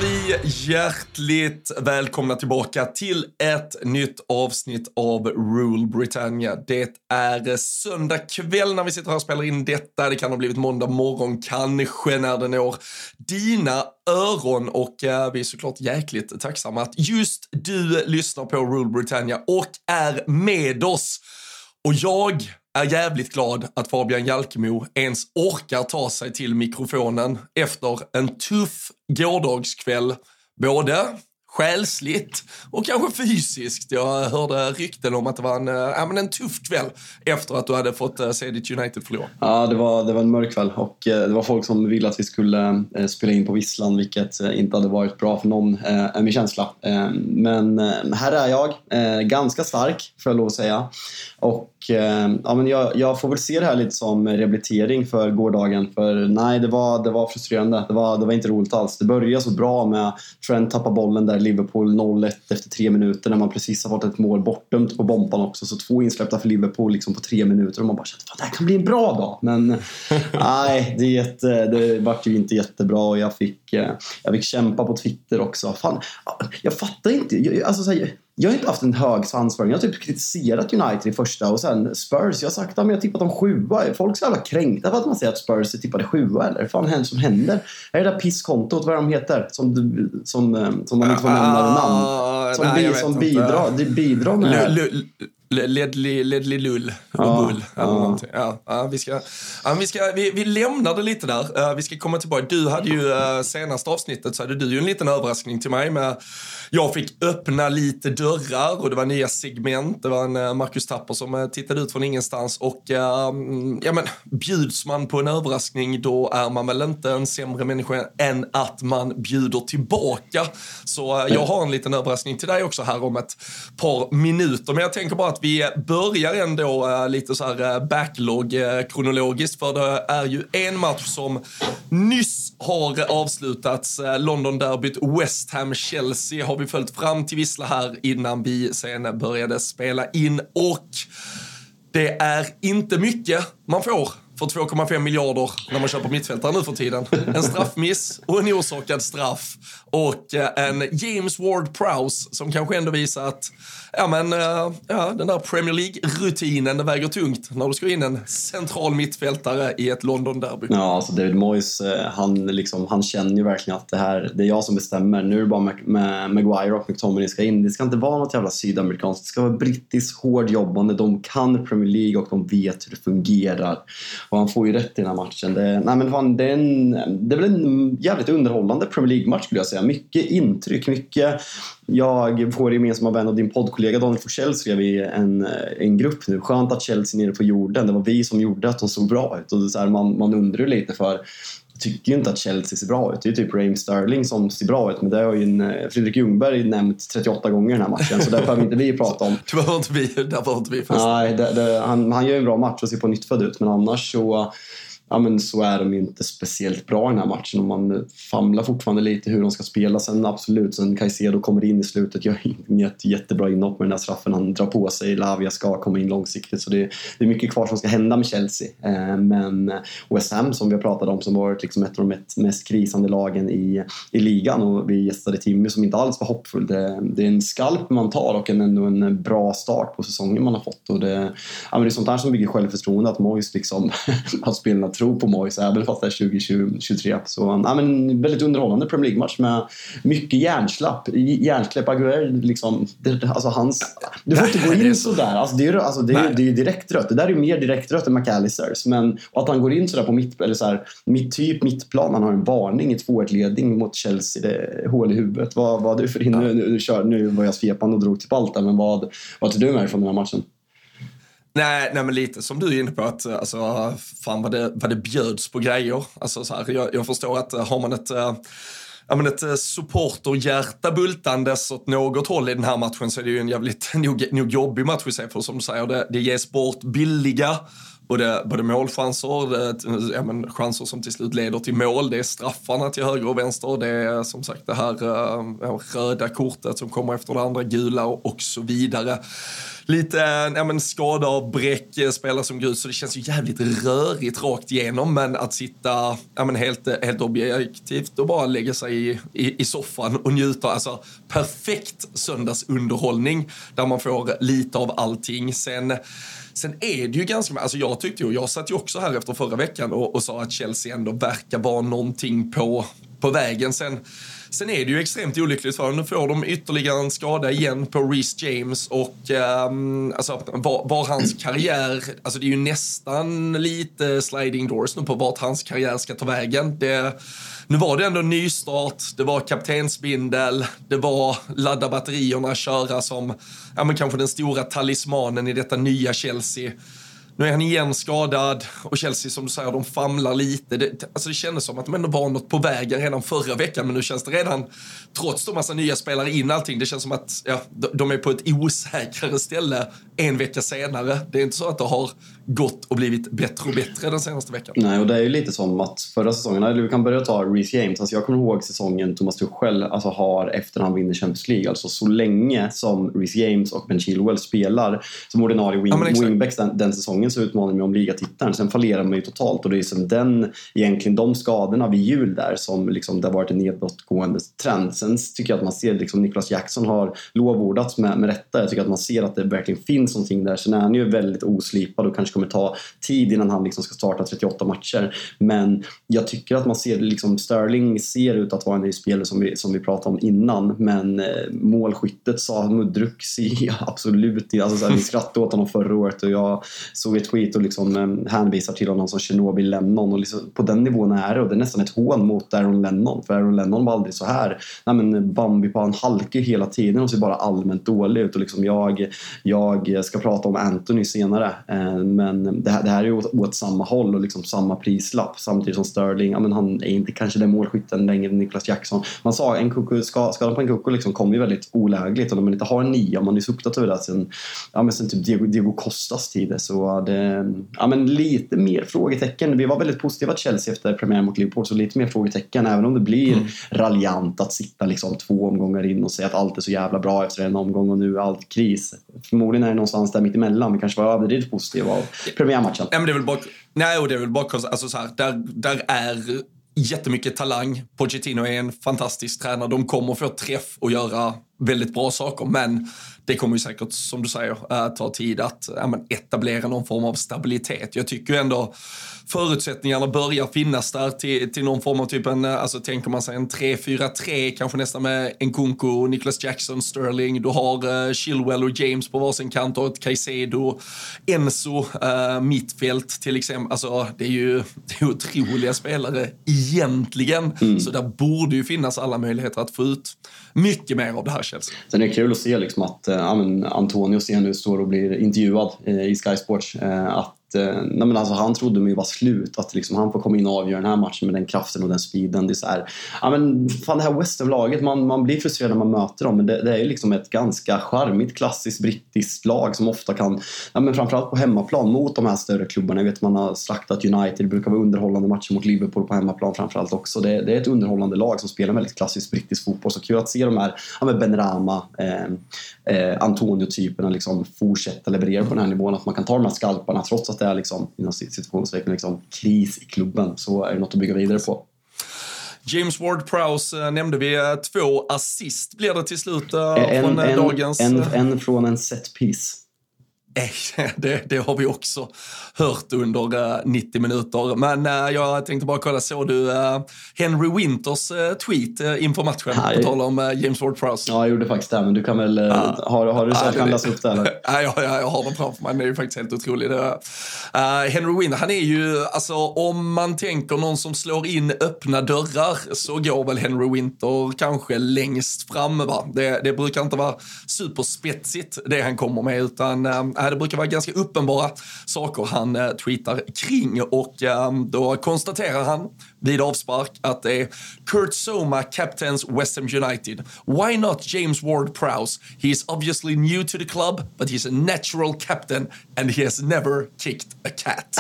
vi hjärtligt välkomna tillbaka till ett nytt avsnitt av Rule Britannia. Det är söndag kväll när vi sitter här och spelar in detta. Det kan ha blivit måndag morgon kanske när det når dina öron, och vi är såklart jäkligt tacksamma att just du lyssnar på Rule Britannia och är med oss. Och jag är jävligt glad att Fabian Jalkemo ens orkar ta sig till mikrofonen efter en tuff gårdagskväll, både själsligt och kanske fysiskt. Jag hörde rykten om att det var en tuff kväll efter att du hade fått se ditt United förlora. Ja, det var en mörk kväll, och det var folk som ville att vi skulle spela in på Visslan, vilket inte hade varit bra för någon, är min känsla. Men här är jag, ganska stark får jag lov att säga. Och men jag får väl se det här lite som rehabilitering för gårdagen. För nej, det var frustrerande. Det var inte roligt alls. Det började så bra med Trent tappa bollen där, Liverpool 0-1 efter 3 minuter, när man precis har fått ett mål bortdömt på bomban också. Så 2 insläppta för Liverpool liksom på 3 minuter, och man bara kände att det här kan bli en bra dag. Men nej, det var ju inte jättebra, och jag fick kämpa på Twitter också. Fan, jag fattar inte. Jag har inte haft en hög svansföring. Jag har typ kritiserat United i första, och sen Spurs. Jag har sagt att jag tippat om 7. Folk är så jävla kränkta för att man säger att Spurs tippade 7, eller? Fan händer som händer? Är det där pisskontot, vad de heter? Som man inte får nämna namn. Som bidrar med Ledley Lull. Vi lämnar det lite där. Vi ska komma tillbaka. Du hade ju senaste avsnittet, så hade du ju en liten överraskning till mig med. Jag fick öppna lite dörrar och det var nya segment. Det var en Marcus Tapper som tittade ut från ingenstans, och bjuds man på en överraskning, då är man väl inte en sämre människa än att man bjuder tillbaka. Så jag har en liten överraskning till dig också här om ett par minuter, men jag tänker bara att vi börjar ändå lite så här backlog kronologiskt, för det är ju en match som nyss har avslutats. London derbyt West Ham-Chelsea har vi följt fram till vissla här innan vi sen började spela in, och det är inte mycket man får för 2,5 miljarder när man köper mittfältare nu för tiden. En straffmiss och en orsakad straff, och en James Ward-Prowse som kanske ändå visar att den där Premier League-rutinen, det väger tungt när du ska in en central mittfältare i ett London-derby. Ja, alltså David Moyes, han känner ju verkligen att det är jag som bestämmer. Nu är det bara med Maguire och McTominay ska in. Det ska inte vara något jävla sydamerikanskt. Det ska vara brittiskt hårdjobbande. De kan Premier League och de vet hur det fungerar. Och han får ju rätt i den här matchen. Det är väl en jävligt underhållande Premier League-match, skulle jag säga. Mycket intryck, mycket. Jag får gemensamma vän av din poddkollega Daniel Forsell skrev i en grupp nu. Skönt att Chelsea nere på jorden. Det var vi som gjorde att de såg bra ut. Och så här, man undrar lite, för jag tycker ju inte att Chelsea ser bra ut. Det är typ Raheem Sterling som ser bra ut. Men det har ju Fredrik Ljungberg nämnt 38 gånger den här matchen. Så där behöver inte vi prata om. Det var inte vi fast. Nej, han gör en bra match och ser på nyttfödd ut. Men annars så är de inte speciellt bra i den här matchen, och man famlar fortfarande lite hur de ska spela. Sen Caicedo kommer in i slutet, gör inget jättebra inhopp med den här straffen han drar på sig. Lavia ska komma in långsiktigt, så det är mycket kvar som ska hända med Chelsea. Men West Ham, som vi har pratat om, som varit liksom ett av de mest krisande lagen i ligan, och vi gästade Timmy som inte alls var hoppfull. Det är en skalp man tar, och ändå en bra start på säsongen man har fått, och det är sånt här som bygger självförtroende, att Moyes liksom att spelarna tror på Moyes även fast det är 2023. Så väldigt underhållande Premier League-match med mycket hjärnsläpp. Aguero liksom, du får inte gå in sådär. Det är direkt rött. Det där är mer direkt rött än McAllisters, men att han går in sådär på mittplan, han har en varning i 2-1-ledning mot Chelsea, det är hål i huvudet. Vad du för in nu var jag svepande och drog till Balta, men vad tror du med från den här matchen? Nej, men lite som du är inne på, att fan vad det bjöds på grejer. Alltså så här, jag förstår att har man ett supporterhjärta bultandes åt något håll i den här matchen, så är det ju en jävligt nog jobbig match i sig, för som du säger, det ges bort billiga både målchanser, chanser som till slut leder till mål. Det är straffarna till höger och vänster. Det är som sagt det här röda kortet som kommer efter det andra gula och så vidare. skadavbräck, spelar som grus, så det känns ju jävligt rörigt rakt igenom, men att sitta helt objektivt och bara lägga sig i soffan och njuta, alltså perfekt söndagsunderhållning där man får lite av allting. Sen är det ju ganska, alltså jag satt ju också här efter förra veckan och sa att Chelsea ändå verkar vara någonting på vägen. Sen är det ju extremt olyckligt för nu får de ytterligare en skada igen på Reece James och var hans karriär, alltså det är ju nästan lite sliding doors nu på vart hans karriär ska ta vägen. Nu var det ändå nystart, det var kaptensbindel, det var ladda batterierna, köra som kanske den stora talismanen i detta nya Chelsea. Nu är han igen skadad och Chelsea, som du säger, de famlar lite. Det kändes som att de ändå var något på vägen redan förra veckan, men nu känns det redan, trots de massa nya spelare in allting, det känns som att de är på ett osäkrare ställe en vecka senare. Det är inte så att det har gått och blivit bättre och bättre den senaste veckan. Nej, och det är ju lite som att förra säsongen, eller vi kan börja ta Reece James. Alltså jag kommer ihåg säsongen Thomas Tuchel har efter han vinner Champions League. Alltså så länge som Reece James och Ben Chilwell spelar som ordinarie wingbacks den säsongen, så utmanar de om ligatiteln. Sen fallerar man ju totalt, och det är som de skadorna vid jul där som liksom, det har varit en nedåtgående trend. Sen tycker jag att man ser liksom, Nicholas Jackson har lovordats med rätta. Jag tycker att man ser att det verkligen finns någonting där. Sen är han ju väldigt oslipad och kanske kommer ta tid innan han liksom ska starta 38 matcher. Men jag tycker att man ser liksom, Sterling ser ut att vara en ny spelare som vi pratade om innan, men målskyttet sa Mudryk absolut inte. Alltså, vi skrattade åt honom förra året och jag såg ett tweet och liksom hänvisar till honom som Chernobyl Lennon, och liksom, på den nivån är det, och det är nästan ett hån mot Aaron Lennon, för Aaron Lennon var aldrig så här. Bambi på en halke hela tiden och ser bara allmänt dålig ut, och liksom jag ska prata om Anthony senare, men det här är ju åt samma håll och liksom samma prislapp, samtidigt som Sterling, han är inte kanske den målskytten längre än Nicholas Jackson. Man sa skadan på en Nkunku liksom kom ju väldigt olägligt, och när man inte har en 9, man är suktat över det sen typ Diego Costas tid, så det, lite mer frågetecken. Vi var väldigt positiva till Chelsea efter premiär mot Liverpool, så lite mer frågetecken, även om det blir raljant att sitta liksom 2 omgångar in och säga att allt är så jävla bra efter en omgång och nu är allt kris. Förmodligen är det någonstans där mitt emellan. Vi kanske var överdrivet positiva av premiärmatchen. Ja, men det är väl bara alltså så här, där är jättemycket talang. Pochettino är en fantastisk tränare. De kommer få träff och göra väldigt bra saker, men det kommer ju säkert, som du säger, ta tid att etablera någon form av stabilitet. Jag tycker ju ändå förutsättningarna börjar finnas där till någon form av typ tänker man sig en 3-4-3, kanske nästan med Nkunku, Nicholas Jackson, Sterling. Du har Chilwell och James på varsin kant och ett Caicedo, Enzo, mittfält till exempel. Alltså det är ju otroliga spelare egentligen, så där borde ju finnas alla möjligheter att få ut mycket mer av det här Chelsea. Sen är det kul att se liksom att Antonio nu står och blir intervjuad i Sky Sports att han trodde mig var slut, att liksom han får komma in och avgöra den här matchen med den kraften och den speeden. Det är så här, det här West Ham-laget, man blir frustrerad när man möter dem, men det är ju liksom ett ganska charmigt, klassiskt brittiskt lag som ofta kan, framförallt på hemmaplan mot de här större klubbarna. Jag vet, man har slaktat United, det brukar vara underhållande matcher mot Liverpool på hemmaplan framförallt också. Det är ett underhållande lag som spelar väldigt klassiskt brittisk fotboll, så kul att se de här Benrahma, Antonio-typerna liksom fortsätta leverera på den här nivån, att man kan ta de här skalparna trots att det är liksom, inom situationsräkning liksom kris i klubben, så är det något att bygga vidare på. James Ward-Prowse nämnde vi, 2 assist blir det till slut från dagens... En från en set piece. Det har vi också hört under 90 minuter. Men jag tänkte bara kolla, såg du Henry Winters tweet inför matchen på tal om James Ward-Prowse? Ja, jag gjorde faktiskt det, men du kan väl har du så att kan läsa upp det eller? Ja, jag har den framför mig, det är ju faktiskt helt otroligt. Henry Winter, han är ju, alltså om man tänker någon som slår in öppna dörrar, så går väl Henry Winter kanske längst fram, va? Det brukar inte vara superspetsigt det han kommer med, utan det brukar vara ganska uppenbara saker han tweetar kring, och då konstaterar han vid avspark att det är Kurt Zouma captains West Ham United. Why not James Ward-Prowse? He is obviously new to the club, but he's a natural captain and he has never kicked a cat.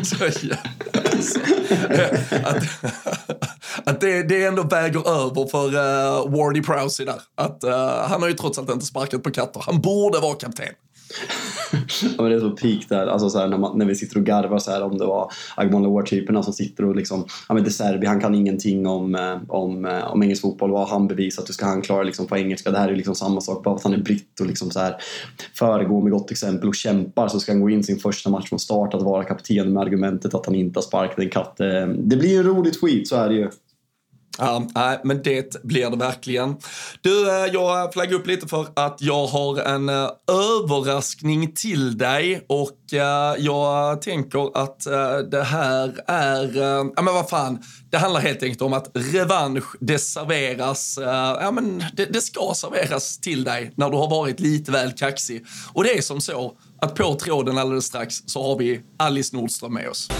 Att det ändå väger över för Wardy Prowse där. Att han har ju trots allt inte sparkat på katter. Han borde vara kapten. Ja, men det är så peak där, alltså så här, när vi sitter och garvar så här, om det var Agmon-typerna som sitter och liksom, ja men De Serbi, han kan ingenting om engelsk fotboll, vad han bevisat, hur ska han klara liksom på engelska, det här är liksom samma sak, bara att han är britt och liksom så här föregår med gott exempel och kämpar, så ska han gå in sin första match från start att vara kapten med argumentet att han inte har sparkat en katt. Det blir ju roligt skit, så är det ju. Ja, men det blir det verkligen. Du, jag flaggar upp lite för att jag har en överraskning till dig och jag tänker att det här är, ja men vad fan, det handlar helt enkelt om att revansch, det serveras, ja men det ska serveras till dig när du har varit lite väl kaxig. Och det är som så att på tråden alldeles strax så har vi Alice Nordström med oss.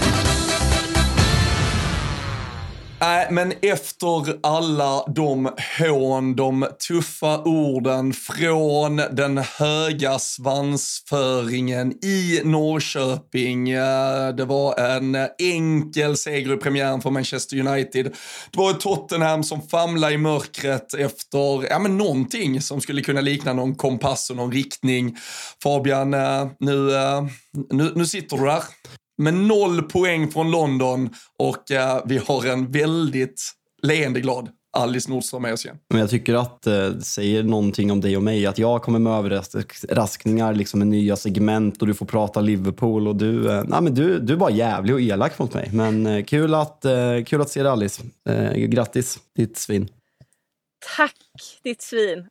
Men efter alla de hån, de tuffa orden från den höga svansföringen i Norrköping. Det var en enkel seger i premiären för Manchester United. Det var ett Tottenham som famlade i mörkret efter ja, men någonting som skulle kunna likna någon kompass och någon riktning. Fabian, nu sitter du där. Med 0 poäng från London och vi har en väldigt leende glad Alice Nordström med oss igen. Men jag tycker att det säger någonting om dig och mig, att jag kommer med överraskningar liksom med nya segment och du får prata Liverpool och du är bara jävlig och elak mot mig. Men kul att se dig, Alice. Grattis, ditt svin. Tack, ditt svin.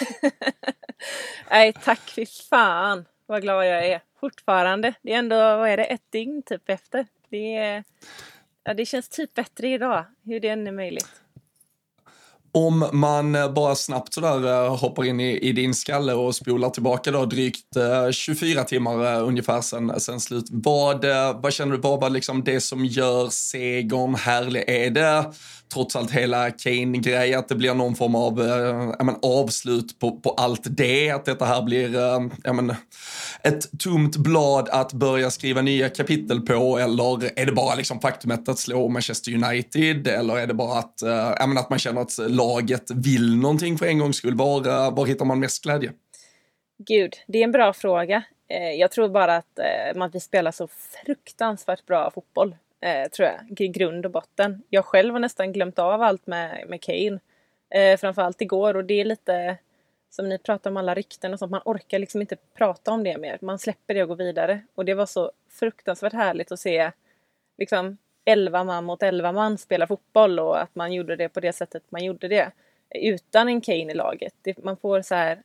Nej, tack, fy fan. Vad glad jag är. Fortfarande. Det är ändå, vad är det, ett dygn typ efter. Det känns typ bättre idag. Hur det än är möjligt. Om man bara snabbt sådär hoppar in i din skalle och spolar tillbaka då drygt 24 timmar ungefär sen slut. Vad känner du, vad var liksom det som gör segern härlig? Är det trots allt hela Kane-grej, att det blir någon form av avslut på allt det, att detta här blir ett tomt blad att börja skriva nya kapitel på, eller är det bara liksom faktumet att slå Manchester United, eller är det bara att man känner att laget vill någonting för en gångs skull? Var hittar man mest glädje? Gud, det är en bra fråga. Jag tror bara att vi spelar så fruktansvärt bra fotboll. Tror jag, i grund och botten. Jag själv har nästan glömt av allt med Kane. Framförallt igår, och det är lite som ni pratar om alla rykten och sånt. Man orkar liksom inte prata om det mer. Man släpper det och går vidare. Och det var så fruktansvärt härligt att se liksom 11 man mot 11 man spela fotboll, och att man gjorde det på det sättet man gjorde det. Utan en Kane i laget. Man får så här,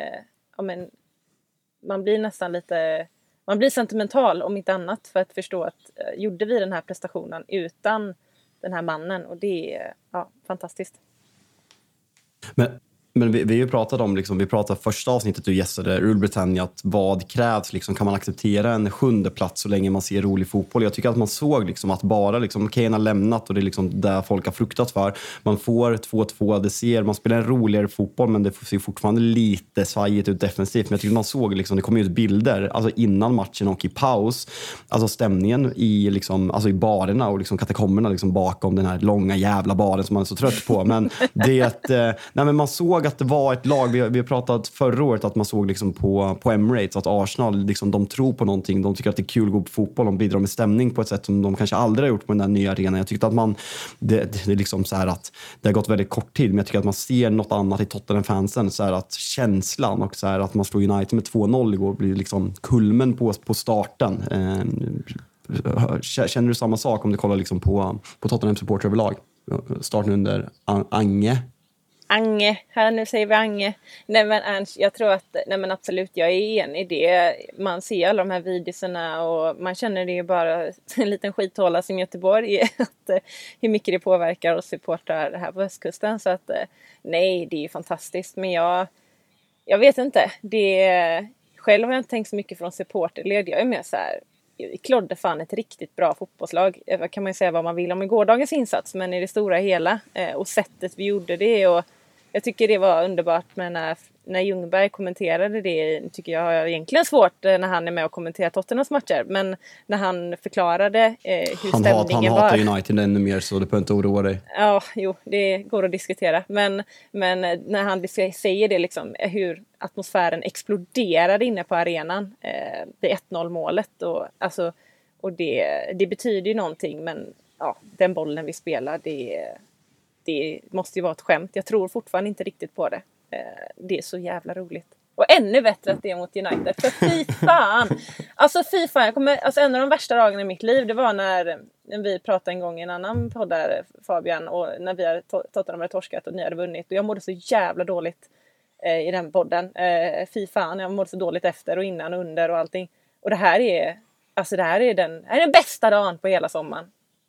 man blir nästan lite... Man blir sentimental om inte annat, för att förstå att gjorde vi den här prestationen utan den här mannen, och det är fantastiskt. Men vi har ju pratat om, liksom, vi pratade första avsnittet du gästade Rule Britannia, att vad krävs, liksom, kan man acceptera en 7:e plats så länge man ser rolig fotboll? Jag tycker att man såg liksom, att bara liksom, Kane har lämnat, och det är liksom där folk har fruktat för. Man får 2-2, man spelar en roligare fotboll, men det ser fortfarande lite svajigt ut defensivt. Men jag tycker man såg, liksom, det kom ut bilder alltså innan matchen och i paus, alltså stämningen i, liksom, alltså i barerna och liksom katakomberna liksom, bakom den här långa jävla baren som man är så trött på. Men men man såg att det var ett lag, vi har pratat förra året att man såg liksom på Emirates att Arsenal, liksom, de tror på någonting, de tycker att det är kul att gå på fotboll, de bidrar med stämning på ett sätt som de kanske aldrig har gjort på den där nya arenan. Jag tyckte att det är liksom så här att det har gått väldigt kort tid, men jag tycker att man ser något annat i Tottenham-fansen, så här att känslan och så här att man slår United med 2-0 igår blir liksom kulmen på starten. Känner du samma sak om du kollar liksom på Tottenham-supporter överlag? Starten under Ange, här nu säger vi Ange. Nej men Ernst, jag tror att, absolut, jag är enig i det. Man ser alla de här videorna och man känner det ju bara en liten skithåla som Göteborg, att hur mycket det påverkar oss supportrar här på västkusten. Så att nej, det är ju fantastiskt. Men jag vet inte, själv har jag inte tänkt så mycket från supporterled. Jag är mer så här, vi klodde fan ett riktigt bra fotbollslag. Kan man ju säga vad man vill om i gårdagens insats, men i det stora hela och sättet vi gjorde det, och Jag tycker det var underbart med när Ljungberg kommenterade det, tycker jag egentligen svårt när han är med och kommenterar Tottenhams matcher, men när han förklarade hur stämningen var. Han hatar United ännu mer, så du behöver inte oroa dig. Ja, jo, det går att diskutera. Men när han säger det liksom, hur atmosfären exploderade inne på arenan vid 1-0 målet. Och det betyder ju någonting, men ja, den bollen vi spelar, det måste ju vara ett skämt. Jag tror fortfarande inte riktigt på det. Det är så jävla roligt. Och ännu bättre att det är mot United. För fy fan! Fy fan. En av de värsta dagarna i mitt liv, det var när vi pratade en gång i en annan podd där, Fabian, och när vi hade Tottenham hade torskat och ni hade vunnit. Och jag mådde så jävla dåligt i den podden. Fy fan, jag mådde så dåligt efter och innan och under och allting. Och det här är den bästa dagen på hela sommaren.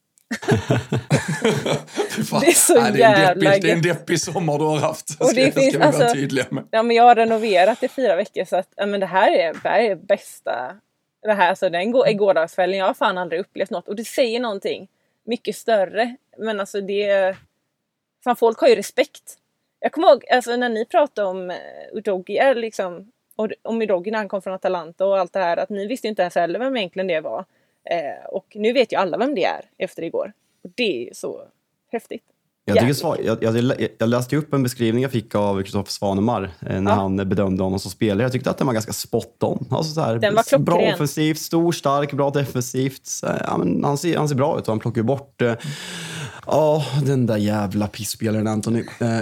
Det är så jävla det är en deppig sommar du har haft. Och det finns, ska vi vara tydliga med. Ja, men jag har renoverat i 4 veckor, så att men det här är bästa. Det här, alltså, den gårdagskvällen, jag har fan aldrig upplevt något. Och det säger någonting mycket större. Men alltså det, fan, folk har ju respekt. Jag kommer ihåg, alltså, när ni pratade om Udogie, liksom, och om Udogie när han kom från Atalanta och allt det här, att ni visste inte ens heller vem egentligen det var. Och nu vet ju alla vem det är efter igår. Och det är ju så häftigt. Jag läste upp en beskrivning jag fick av Kristoffer Svanemar när han bedömde honom som spelare. Jag tyckte att den var ganska spot on. Alltså så här, den var klockren. Bra offensivt, stor, stark, bra defensivt. Ja, men han ser bra ut och han plockar ju bort den där jävla pissspelaren Anthony.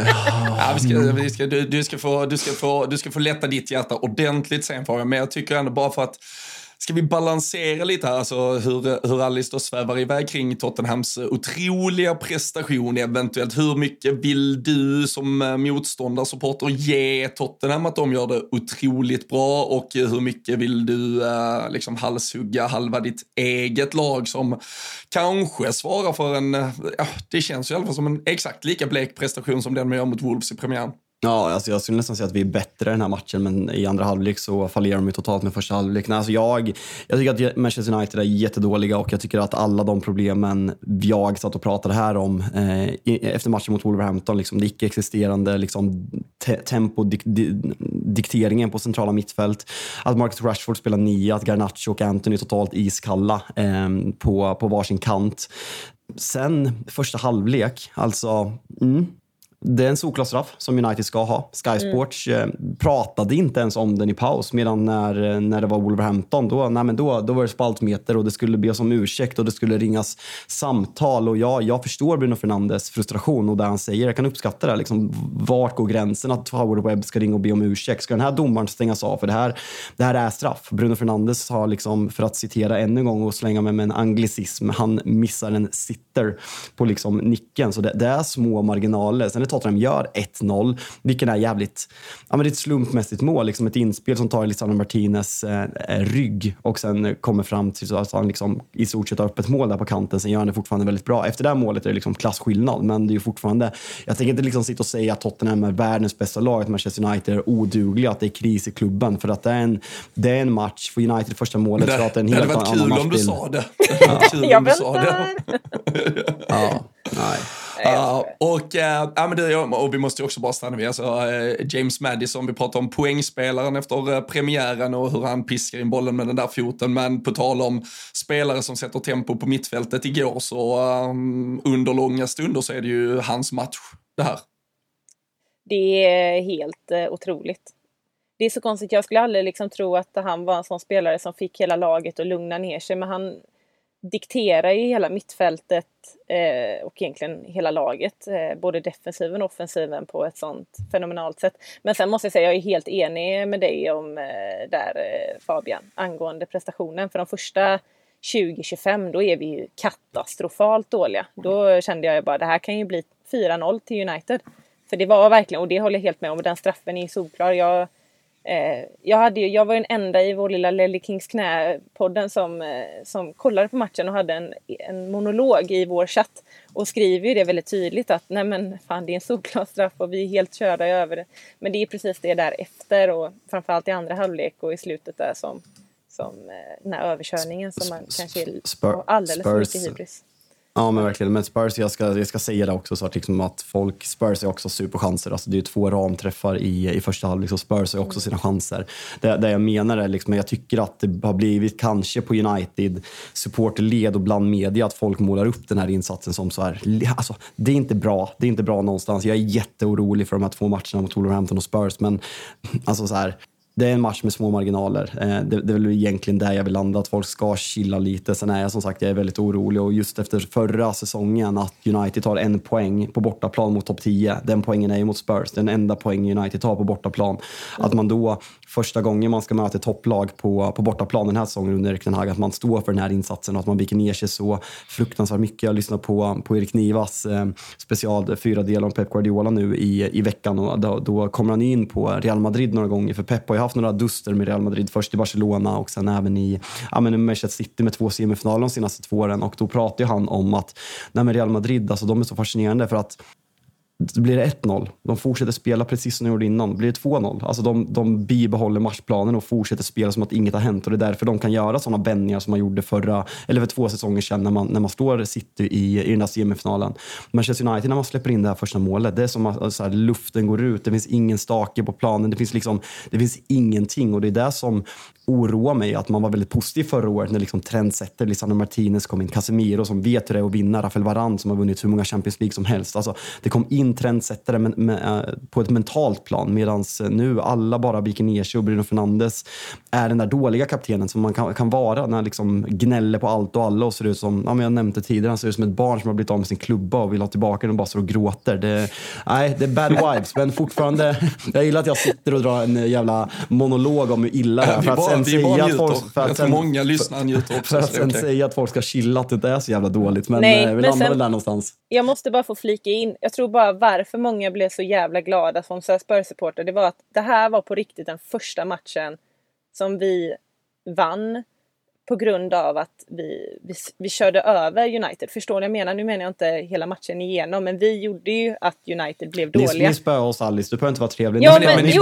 Du ska få lätta ditt hjärta ordentligt sen, Fabian. Men jag tycker ändå bara för att ska vi balansera lite här, alltså hur Alice då svävar iväg kring Tottenhams otroliga prestation eventuellt. Hur mycket vill du som motståndarsupporter ge Tottenham att de gör det otroligt bra, och hur mycket vill du liksom halshugga halva ditt eget lag som kanske svarar för det känns ju i alla fall som en exakt lika blek prestation som den man gör mot Wolves i premiären. Ja, alltså jag skulle nästan säga att vi är bättre i den här matchen, men i andra halvlek så fallerar de ju totalt med första halvlek. Nej, alltså jag tycker att Manchester United är jättedåliga, och jag tycker att alla de problemen jag satt och pratade här om efter matchen mot Wolverhampton, liksom det icke-existerande liksom, dikteringen på centrala mittfält, att Marcus Rashford spelar 9, att Garnacho och Anthony är totalt iskalla på varsin kant. Sen första halvlek, alltså det är en solklar straff som United ska ha. Sky Sports pratade inte ens om den i paus, medan när det var Wolverhampton då var det spaltmeter och det skulle be om ursäkt och det skulle ringas samtal, och jag förstår Bruno Fernandes frustration och det han säger, jag kan uppskatta det liksom, vart går gränsen att Howard Webb ska ringa och be om ursäkt? Ska den här domaren stängas av för det här är straff? Bruno Fernandes har liksom, för att citera ännu en gång och slänga med en anglicism, han missar en sitter på liksom nicken, så det är små marginaler. Sen Tottenham gör 1-0, vilket är jävligt, ja, men det är ett slumpmässigt mål, liksom ett inspel som tar Lisandro Martinez rygg och sen kommer fram till så att han liksom i stort sett har upp ett mål där på kanten. Sen gör han det fortfarande väldigt bra. Efter det här målet är det liksom klassskillnad, men det är ju fortfarande, jag tänker inte liksom sitta och säga att Tottenham är världens bästa lag, att Manchester United är odugliga, att det är kris i klubben, för att det är en match för United, första målet, för att det är en helt annan match. Det hade varit kul om du sa det. Det hade varit kul om du sa det. Ja, nej. Och vi måste ju också bara stanna vid James Maddison, vi pratar om poängspelaren efter premiären och hur han piskar in bollen med den där foten, men på tal om spelare som sätter tempo på mittfältet igår, så under långa stunder så är det ju hans match det här. Det är helt otroligt. Det är så konstigt, jag skulle aldrig liksom tro att han var en sån spelare som fick hela laget att lugna ner sig, men han dikterar ju hela mittfältet och egentligen hela laget, både defensiven och offensiven på ett sånt fenomenalt sätt. Men sen måste jag säga, jag är helt enig med dig om Fabian, angående prestationen. För de första 20-25, då är vi ju katastrofalt dåliga. Då kände jag bara, det här kan ju bli 4-0 till United. För det var verkligen, och det håller jag helt med om, den straffen är ju solklar. Jag var den enda i vår lilla Lelle Kings knä-podden som kollade på matchen och hade en monolog i vår chatt och skriver ju det väldigt tydligt att nej men fan, det är en solklar straff och vi är helt körda över det. Men det är precis det där efter, och framförallt i andra halvlek och i slutet där som den här överkörningen som man kanske har alldeles för mycket hybris. Ja, men verkligen. Men Spurs, jag ska säga det också, så att, liksom, att Spurs är också superchanser. Alltså, det är ju 2 ramträffar i första halvlek, så Spurs är också sina chanser. Det jag menar är liksom, jag tycker att det har blivit kanske på United supporterled och bland media att folk målar upp den här insatsen som så här. Alltså, det är inte bra. Det är inte bra någonstans. Jag är jätteorolig för de här 2 matcherna mot Wolverhampton och Spurs, men alltså så här. Det är en match med små marginaler. Det är väl egentligen där jag vill landa, att folk ska chilla lite. Sen är jag som sagt, jag är väldigt orolig, och just efter förra säsongen att United tar 1 poäng på bortaplan mot topp 10. Den poängen är ju mot Spurs. Den enda poängen United tar på bortaplan. Att man då första gången man ska möta ett topplag på bortaplan den här säsongen under Erik ten Hag, att man står för den här insatsen och att man viker ner sig så fruktansvärt mycket. Jag lyssnar på Erik Nivas special 4 delar om Pep Guardiola nu i veckan, och då kommer han in på Real Madrid några gånger, för Pep har ju haft några duster med Real Madrid, först i Barcelona och sen även i Manchester City med 2 semifinaler de senaste 2 åren, och då pratar ju han om att Real Madrid, alltså de är så fascinerande för att blir det 1-0, de fortsätter spela precis som de gjorde innan. Blir det 2-0, alltså de bibehåller matchplanen och fortsätter spela som att inget har hänt, och det är därför de kan göra sådana vändningar som man gjorde för 2 säsonger sedan när man står City i den där semifinalen. Manchester United, när man släpper in det här första målet, det är som att så här, luften går ut, det finns ingen stake på planen, det finns ingenting, och det är det som oroar mig, att man var väldigt positiv förra året när liksom trendsätter Lisandro Martinez kom in, Casemiro som vet hur det är att vinna, Rafael Varane som har vunnit hur många Champions League som helst. Alltså, det kom in trendsättare på ett mentalt plan, medan nu alla bara viker ner sig, och Bruno Fernandes är den där dåliga kaptenen som man kan vara, när liksom gnäller på allt och alla och ser ut som, jag nämnde tidigare, han ser ut som ett barn som har blivit av med sin klubba och vill ha tillbaka den och bara står och gråter. Det är bad vibes, men fortfarande jag gillar att jag sitter och drar en jävla monolog om hur illa det är, för att sen säga att folk, jag tror många lyssnare njuter också. För att sen säga att folk ska chilla, att det inte är så jävla dåligt, men Nej, vi landar väl där någonstans. Jag måste bara få flika in, jag tror bara varför många blev så jävla glada som Spurs-supporter, det var att det här var på riktigt den första matchen som vi vann på grund av att vi körde över United. Förstår ni? Jag menar, nu menar jag inte hela matchen igenom, men vi gjorde ju att United blev dåliga. Ni spöar oss, Alice, du behöver inte vara trevlig. Ja,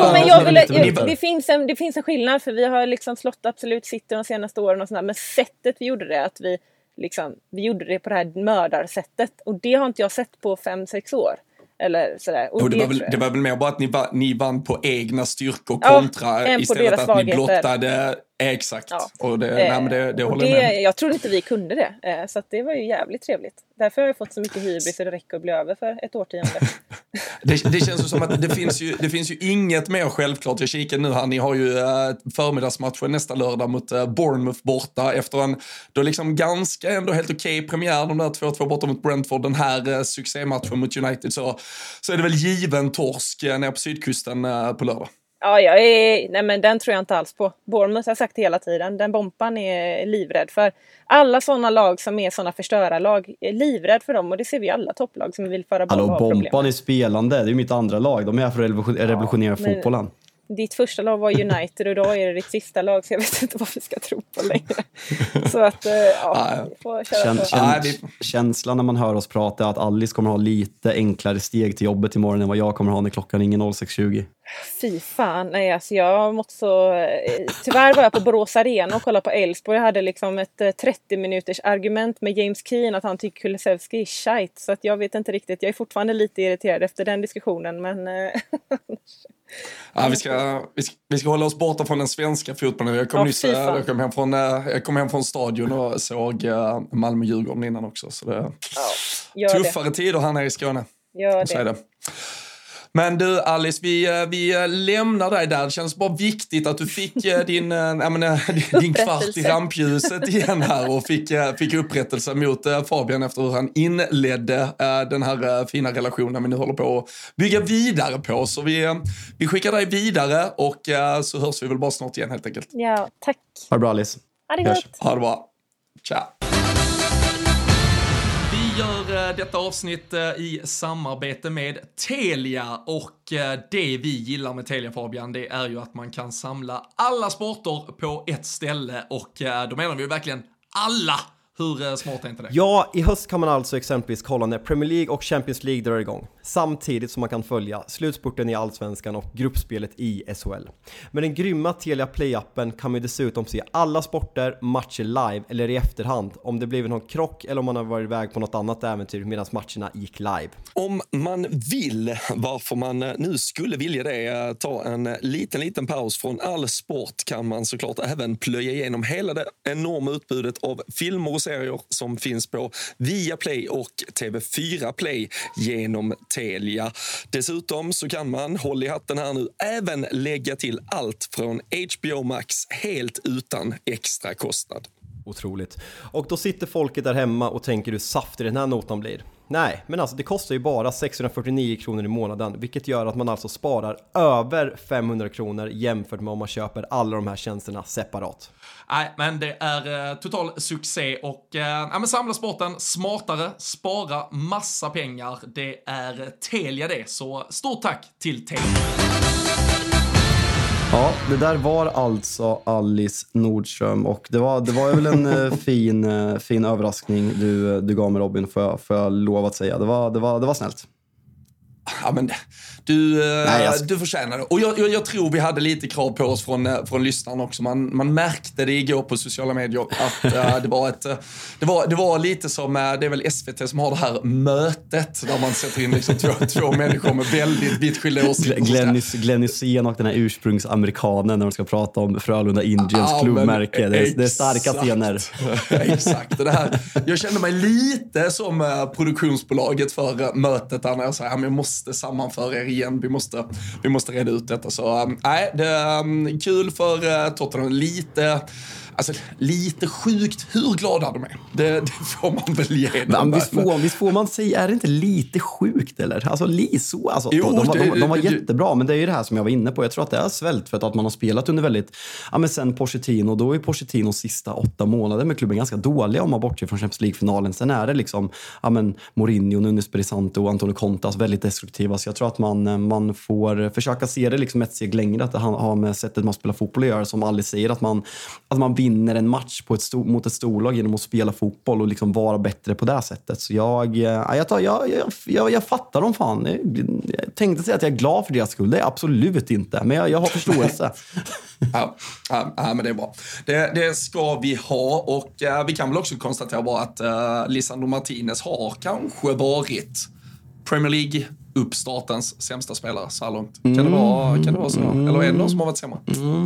det finns en skillnad, för vi har liksom slått absolut City de senaste åren och sådär, men sättet vi gjorde det, att vi gjorde det på det här mördarsättet, och det har inte jag sett på 5-6 år. Eller sådär. Och det var väl mer bara att ni vann på egna styrkor kontra istället att ni blottade. Exakt. Ja. Och det håller jag med. Jag trodde inte vi kunde det. Så att det var ju jävligt trevligt. Därför har jag fått så mycket hybris så det räcker att bli över för ett årtionde. det känns ju som att det finns ju inget mer självklart. Jag kikar nu här, ni har ju förmiddagsmatchen nästa lördag mot Bournemouth borta efter en då liksom ganska ändå helt okej premiär, de där 2-2 borta mot Brentford, den här succématchen mot United, så är det väl given torsk nere på sydkusten på lördag. Ja, nej, men den tror jag inte alls på. Bournemouth har jag sagt hela tiden. Den bompan är livrädd för. Alla sådana lag som är sådana förstörarlag är livrädd för dem. Och det ser vi alla topplag som vill föra boll och ha problem. Bompan är spelande. Det är ju mitt andra lag. De är här för att revolutionera fotbollen. Ditt första lag var United och idag är det ditt sista lag, så jag vet inte vad vi ska tro på längre. Så att, vi får köra på. Känslan när man hör oss prata är att Alice kommer ha lite enklare steg till jobbet imorgon än vad jag kommer ha när klockan ringer 06:20. Fy fan, nej alltså jag måste så... Tyvärr var jag på Borås Arena och kollade på Elfsborg. Jag hade liksom ett 30 minuters argument med James Keane att han tycker Kulusevski är shite. Så att jag vet inte riktigt, jag är fortfarande lite irriterad efter den diskussionen, men... Ja, vi ska hålla oss borta från den svenska fotbollen. Jag kom hem från stadion och såg Malmö-Djurgården innan också. Så det tuffare tider här nere i Skåne. Ja, det. Men du Alice, vi lämnar dig där. Det känns bara viktigt att du fick din kvart i rampljuset igen här och fick upprättelse mot Fabian efter hur han inledde den här fina relationen vi nu håller på att bygga vidare på. Så vi skickar dig vidare och så hörs vi väl bara snart igen helt enkelt. Ja, tack. Ha det bra Alice. Ha det gott. Ha det bra. Ciao. Vi gör detta avsnitt i samarbete med Telia, och det vi gillar med Telia, Fabian, det är ju att man kan samla alla sporter på ett ställe, och då menar vi ju verkligen alla. Hur smart är inte det? Ja, i höst kan man alltså exempelvis kolla när Premier League och Champions League drar igång. Samtidigt som man kan följa slutspurten i Allsvenskan och gruppspelet i SHL. Med den grymma Telia Play-appen kan man dessutom se alla sporter, matcher live eller i efterhand. Om det blivit någon krock eller om man har varit iväg på något annat äventyr medan matcherna gick live. Om man vill, varför man nu skulle vilja det, ta en liten paus från all sport, kan man såklart även plöja igenom hela det enorma utbudet av filmer och serier som finns på Viaplay och TV4 Play genom Telia. Dessutom så kan man, håll i hatten här nu, även lägga till allt från HBO Max helt utan extra kostnad. Otroligt. Och då sitter folket där hemma och tänker hur saftig den här notan blir. Nej, men alltså det kostar ju bara 649 kronor i månaden, vilket gör att man alltså sparar över 500 kronor jämfört med om man köper alla de här tjänsterna separat. Nej, men det är total succé och men samla sporten smartare, spara massa pengar. Det är Telia det, så stort tack till Telia. Ja, det där var alltså Alice Nordström och det var väl en fin överraskning du gav mig, Robin, för jag lov att säga. Det var snällt. Ja, men du förtjänar det. Och jag tror vi hade lite krav på oss från lyssnarna också. Man märkte det igår på sociala medier att det var lite som, det är väl SVT som har det här mötet där man sätter in liksom två människor med väldigt vitt skilda åsikter. Glenn Hysén och den här ursprungsamerikanen när de ska prata om Frölunda Indians klubbmärke. Det är starka scener. Exakt. Det här, jag kände mig lite som produktionsbolaget för mötet där när jag sa att jag måste sammanföra er igen. Vi måste reda ut detta. Så det är kul för Tottenham. Lite sjukt hur glada de är. Det får man väl ge dem. Visst får man säga, är det inte lite sjukt eller? Alltså de var jättebra, men det är ju det här som jag var inne på. Jag tror att det är svält för att man har spelat under väldigt, men sen Pochettino, då är Pochettinos sista 8 månader med klubben ganska dåliga om man bortser från Champions League-finalen. Sen är det liksom, Mourinho, Nuno Espirito Santo och Antonio Conte väldigt destruktiva. Så jag tror att man får försöka se det liksom ett steg längre, att det har med sättet man spelar fotboll att göra, som Alice säger, att man vinner en match mot ett storlag genom att spela fotboll och liksom vara bättre på det sättet. Så jag fattar dem fan. Jag tänkte säga att jag är glad för deras skull. Det är absolut inte. Men jag har förståelse. Ja, men det är bra. Det ska vi ha, och vi kan väl också konstatera bara att Lisandro Martinez har kanske varit Premier League uppstartens sämsta spelare så här långt. Kan det vara så? Eller är det någon som har varit sämre?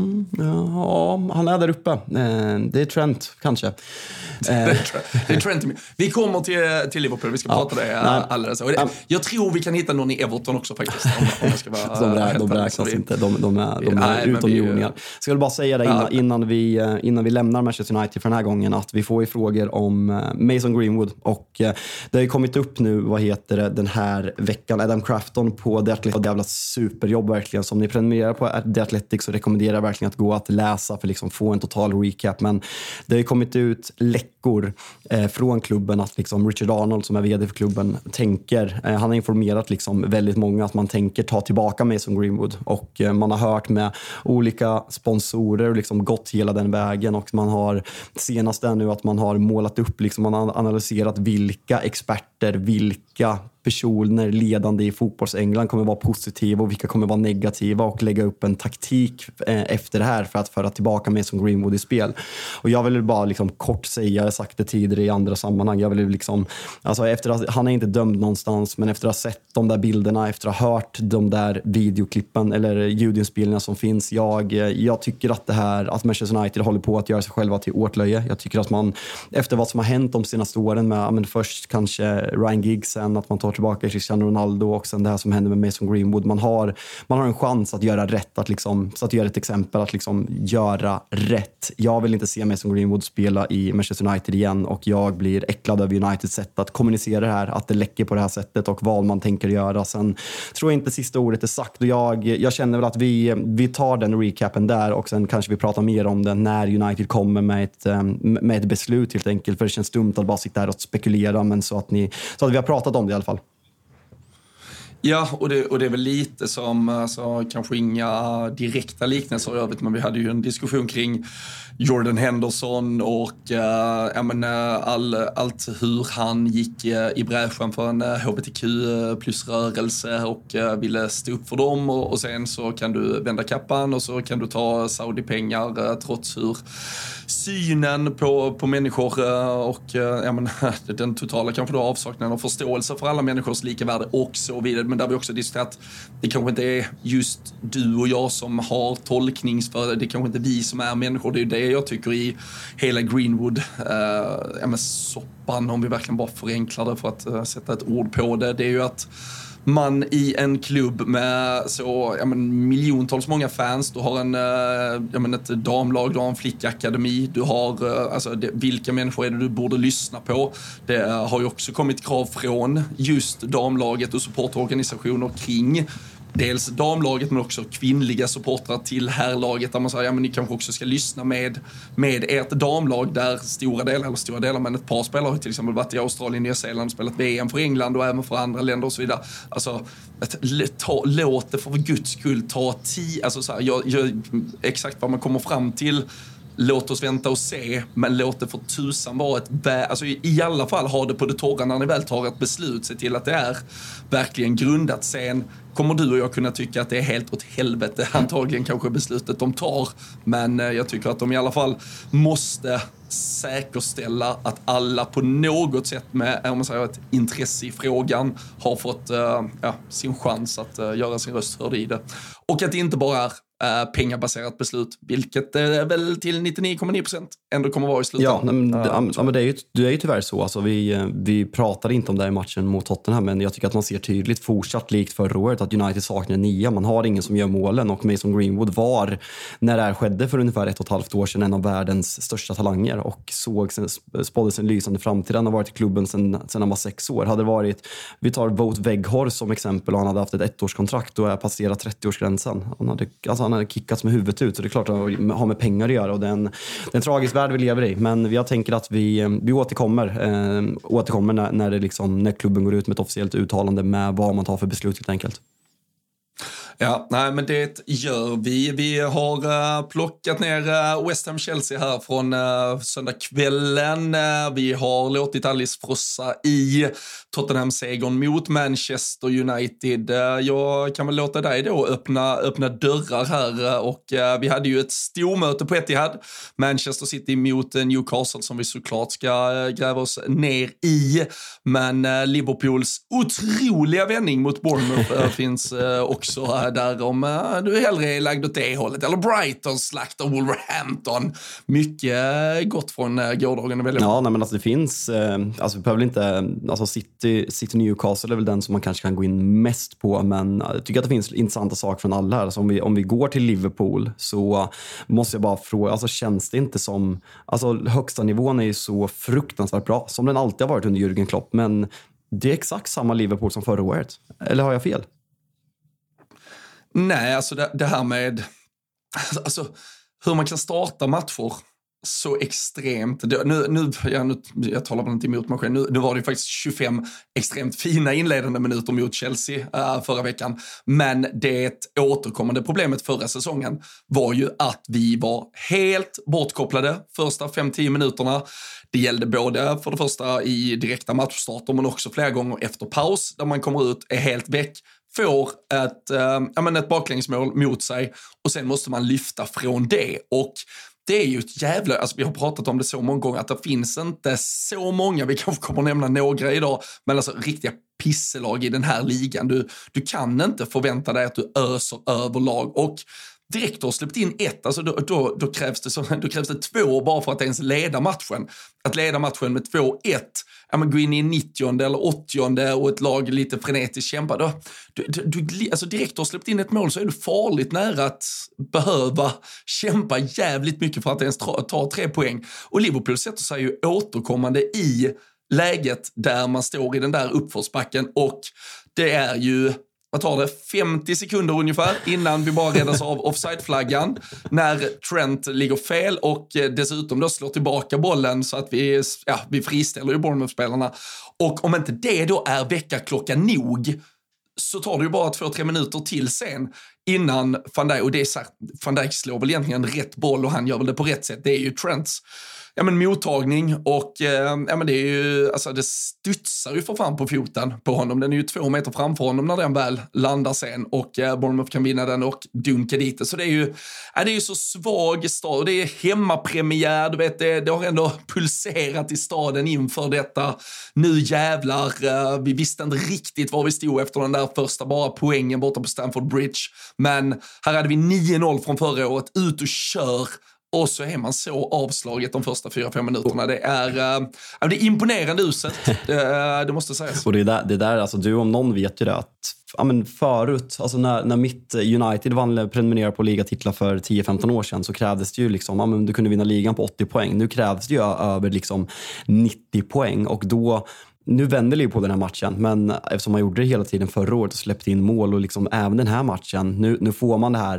Ja, han är där uppe. Det är Trent, kanske. Det är Trent. Vi kommer till Liverpool. Vi ska prata det alldeles. Jag tror vi kan hitta någon i Everton också faktiskt. Om jag ska vara de räknas inte. De är utomjordingar. Ska jag bara säga det innan vi lämnar Manchester United för den här gången, att vi får ju frågor om Mason Greenwood, och det har ju kommit upp nu, den här veckan. Adam Crafton på The Athletic, jävla superjobb verkligen. Som ni prenumererar på The Athletic så rekommenderar jag verkligen att gå att läsa för liksom få en total recap. Men det har ju kommit ut läckor från klubben att liksom Richard Arnold, som är vd för klubben, han har informerat liksom väldigt många att man tänker ta tillbaka Mason Greenwood, och man har hört med olika sponsorer och liksom gått hela den vägen, och man har senast nu att man har målat upp liksom, man har analyserat vilka experter, vilka personer ledande i fotbolls-England kommer vara positiva och vilka kommer vara negativa, och lägga upp en taktik efter det här för att föra tillbaka Mason Greenwood i spel. Och jag vill bara liksom kort säga, jag har sagt det tidigare i andra sammanhang, jag vill liksom, alltså efter att, han är inte dömd någonstans, men efter att ha sett de där bilderna, efter att ha hört de där videoklippen eller ljudinspelningarna som finns, jag tycker att det här, att Manchester United håller på att göra sig själva till åtlöje. Jag tycker att man, efter vad som har hänt de senaste åren med, först kanske Ryan Giggs, sen att man tar tillbaka Cristiano Ronaldo, och sen det här som händer med Mason Greenwood, man har en chans att göra rätt, att liksom, så att göra ett exempel, att liksom göra rätt. Jag vill inte se Mason Greenwood spela i Manchester United igen, och jag blir äcklad över Uniteds sätt att kommunicera det här, att det läcker på det här sättet och vad man tänker göra. Sen tror jag inte sista ordet är sagt, och jag känner väl att vi tar den recapen där, och sen kanske vi pratar mer om det när United kommer med ett beslut helt enkelt, för det känns dumt att bara sitta här och spekulera, men så att vi har pratat om det i alla fall. Ja, och det är väl lite som, alltså, kanske inga direkta liknelser i övrigt, men vi hade ju en diskussion kring Jordan Henderson och allt hur han gick i bräschen för en HBTQ plus rörelse och ville stå upp för dem, och sen så kan du vända kappan och så kan du ta Saudi-pengar trots hur synen på människor och den totala kanske då avsaknaden av förståelse för alla människors lika värde och så vidare. Men där vi också diskuterat att det kanske inte är just du och jag som har tolkningsföreträde, det kanske inte vi som är människor. Det är det jag tycker i hela Greenwood soppan, om vi verkligen bara förenklar det för att sätta ett ord på det. Det är ju att man i en klubb med så miljontals många fans, du har ett damlag, du har en flickakademi, du har vilka människor är det du borde lyssna på. Det har ju också kommit krav från just damlaget och supportorganisationer kring dels damlaget men också kvinnliga supportrar till herrlaget, där man säger ni kanske också ska lyssna med ert damlag, där stora delar men ett par spelare har till exempel varit i Australien, Nya Zeeland och spelat VM för England och även för andra länder och så vidare. Alltså låt det för guds skull ta tid, exakt vad man kommer fram till. Låt oss vänta och se, men låt det för tusan vara i alla fall ha det på det torra när ni väl tar ett beslut. Se till att det är verkligen grundat. Sen kommer du och jag kunna tycka att det är helt åt helvete, antagligen kanske beslutet de tar. Men jag tycker att de i alla fall måste säkerställa att alla på något sätt med ett intresse i frågan har fått sin chans att göra sin röst hörd i det. Och att det inte bara är pengabaserat beslut, vilket väl till 99,9% ändå kommer vara i slutändan. Men det är ju tyvärr så. Alltså, vi pratade inte om det i matchen mot Tottenham, men jag tycker att man ser tydligt fortsatt likt förra året att United saknar en nia. Man har ingen som gör målen, och Mason Greenwood var, när det här skedde för ungefär 1,5 år sedan, en av världens största talanger och spådde sin lysande framtid. Han har varit i klubben sedan han var 6 år. Hade varit, vi tar Wout Weghorst som exempel, och han hade haft ett 1-årskontrakt och är passerat 30-årsgränsen. Han hade kickats med huvudet ut, så det är klart att det har med pengar att göra, och det är en tragisk värld vi lever i. Men jag tänker att vi återkommer när klubben går ut med ett officiellt uttalande med vad man tar för beslut helt enkelt. Ja, nej, men det gör vi. Vi har plockat ner West Ham Chelsea här från söndagskvällen. Vi har låtit Alice frossa i Tottenham-segern mot Manchester United. Jag kan väl låta dig då öppna dörrar här. Och vi hade ju ett stormöte på Etihad. Manchester City mot Newcastle, som vi såklart ska gräva oss ner i. Men Liverpools otroliga vändning mot Bournemouth finns också där, om du hellre är lagd åt det hållet. Eller Brighton slaktar Wolverhampton. Mycket gott från gårdagen att välja. Ja, nej, men det finns, vi behöver inte, City Newcastle är väl den som man kanske kan gå in mest på, men jag tycker att det finns intressanta saker från alla här. Alltså om vi går till Liverpool, så måste jag bara fråga, känns det inte som, högsta nivån är ju så fruktansvärt bra, som den alltid har varit under Jürgen Klopp, men det är exakt samma Liverpool som förra året. Eller har jag fel? Nej, det här med hur man kan starta matcher så extremt. Jag talar väl inte emot mig själv. Nu var det faktiskt 25 extremt fina inledande minuter mot Chelsea förra veckan. Men det återkommande problemet förra säsongen var ju att vi var helt bortkopplade första 5-10 minuterna. Det gällde både för det första i direkta matchstarter, men också flera gånger efter paus, där man kommer ut, är helt väck, får ett baklängsmål mot sig, och sen måste man lyfta från det. Och det är ju ett jävla, vi har pratat om det så många gånger, att det finns inte så många, vi kanske kommer nämna några idag, men riktiga pisselag i den här ligan. Du kan inte förvänta dig att du öser överlag, och direkt har släppt in 1, då krävs det 2 bara för att ens leda matchen. Att leda matchen med 2-1, gå in i 90:e eller 80:e och ett lag lite frenetiskt kämpar. Direkt har släppt in ett mål, så är du farligt nära att behöva kämpa jävligt mycket för att ens ta 3 poäng. Och Liverpool sätter sig ju återkommande i läget där man står i den där uppförsbacken, och det är ju, vad tar det, 50 sekunder ungefär innan vi bara räddas av offside-flaggan, när Trent ligger fel och dessutom då slår tillbaka bollen så att vi friställer ju Bournemouth-spelarna. Och om inte det då är väckarklocka nog, så tar det ju bara 2-3 minuter till sen innan Van Dijk, och det är så här, Van Dijk slår väl egentligen rätt boll och han gör väl det på rätt sätt. Det är ju Trents mottagning och det är ju, alltså det studsar ju för fan på foten på honom. Den är ju 2 meter framför honom när den väl landar sen och Bournemouth kan vinna den och dunka dit. Så det är ju så svag stad och det är hemmapremiär, du vet, det har ändå pulserat i staden inför detta. Nu jävlar, vi visste inte riktigt var vi stod efter den där första bara poängen borta på Stamford Bridge. Men här hade vi 9-0 från förra året, ut och kör. Och så är man så avslaget de första 4-5 minuterna. Det är imponerande uselt, det måste sägas. Och det där, alltså du om någon vet ju det att förut, alltså när mitt United vann prenumerera på ligatitlar för 10-15 år sedan så krävdes det ju liksom, du kunde vinna ligan på 80 poäng. Nu krävs det ju över liksom 90 poäng och då... Nu vänder det på den här matchen, men eftersom man gjorde det hela tiden förra året och släppte in mål och liksom även den här matchen, nu får man det här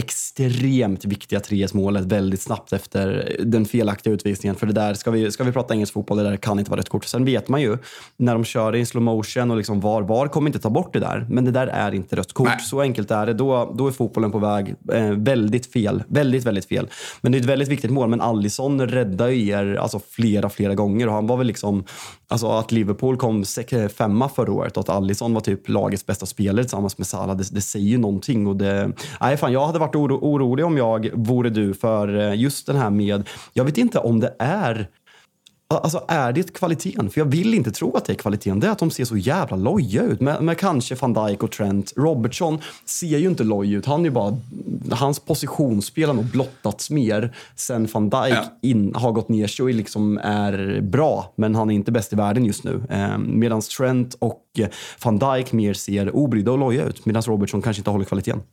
extremt viktiga 3-målet väldigt snabbt efter den felaktiga utvisningen. För det där, ska vi prata engelsk fotboll, det där kan inte vara rätt kort. Sen vet man ju, när de kör i slow motion och liksom VAR kommer inte ta bort det där. Men det där är inte rött kort. Nej. Så enkelt är det. Då är fotbollen på väg väldigt fel. Väldigt, väldigt fel. Men det är ett väldigt viktigt mål. Men Alisson räddar ju er alltså flera gånger. Och han var väl liksom, alltså att Liverpool kom 5 förra året och att Alisson var typ lagets bästa spelare tillsammans med Salah. Det säger ju någonting. Och jag hade varit orolig om jag vore du för just den här med, jag vet inte om det är, alltså är det kvaliteten? För jag vill inte tro att det är kvaliteten. Det är att de ser så jävla loja ut. Med kanske Van Dijk och Trent. Robertson ser ju inte loj ut. Han är bara, hans positionsspel har nog blottats mer sen Van Dijk har gått ner sig och liksom är bra. Men han är inte bäst i världen just nu. Medan Trent och Van Dijk mer ser obrydda och loja ut. Medan Robertson kanske inte håller kvaliteten.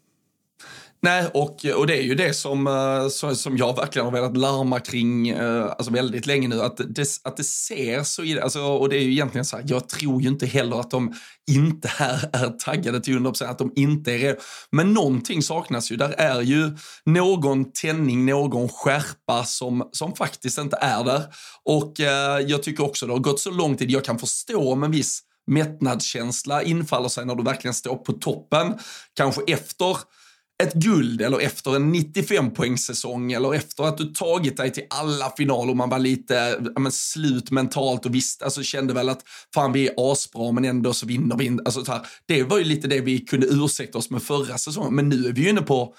Nej, och det är ju det som jag verkligen har velat larma kring alltså väldigt länge nu, att det ser så, alltså, och det är ju egentligen så här, jag tror ju inte heller att de inte är taggade till 100%, att de inte är redo. Men någonting saknas ju, där är ju någon tändning, någon skärpa som faktiskt inte är där. Och jag tycker också det har gått så lång tid, jag kan förstå om en viss mättnadskänsla infaller sig när du verkligen står på toppen, kanske efter ett guld eller efter en 95-poängssäsong eller efter att du tagit dig till alla finaler och man var lite slut mentalt och visst, alltså kände väl att fan vi är asbra men ändå så vinner vi. Alltså, så här, det var ju lite det vi kunde ursäkta oss med förra säsongen, men nu är vi ju inne på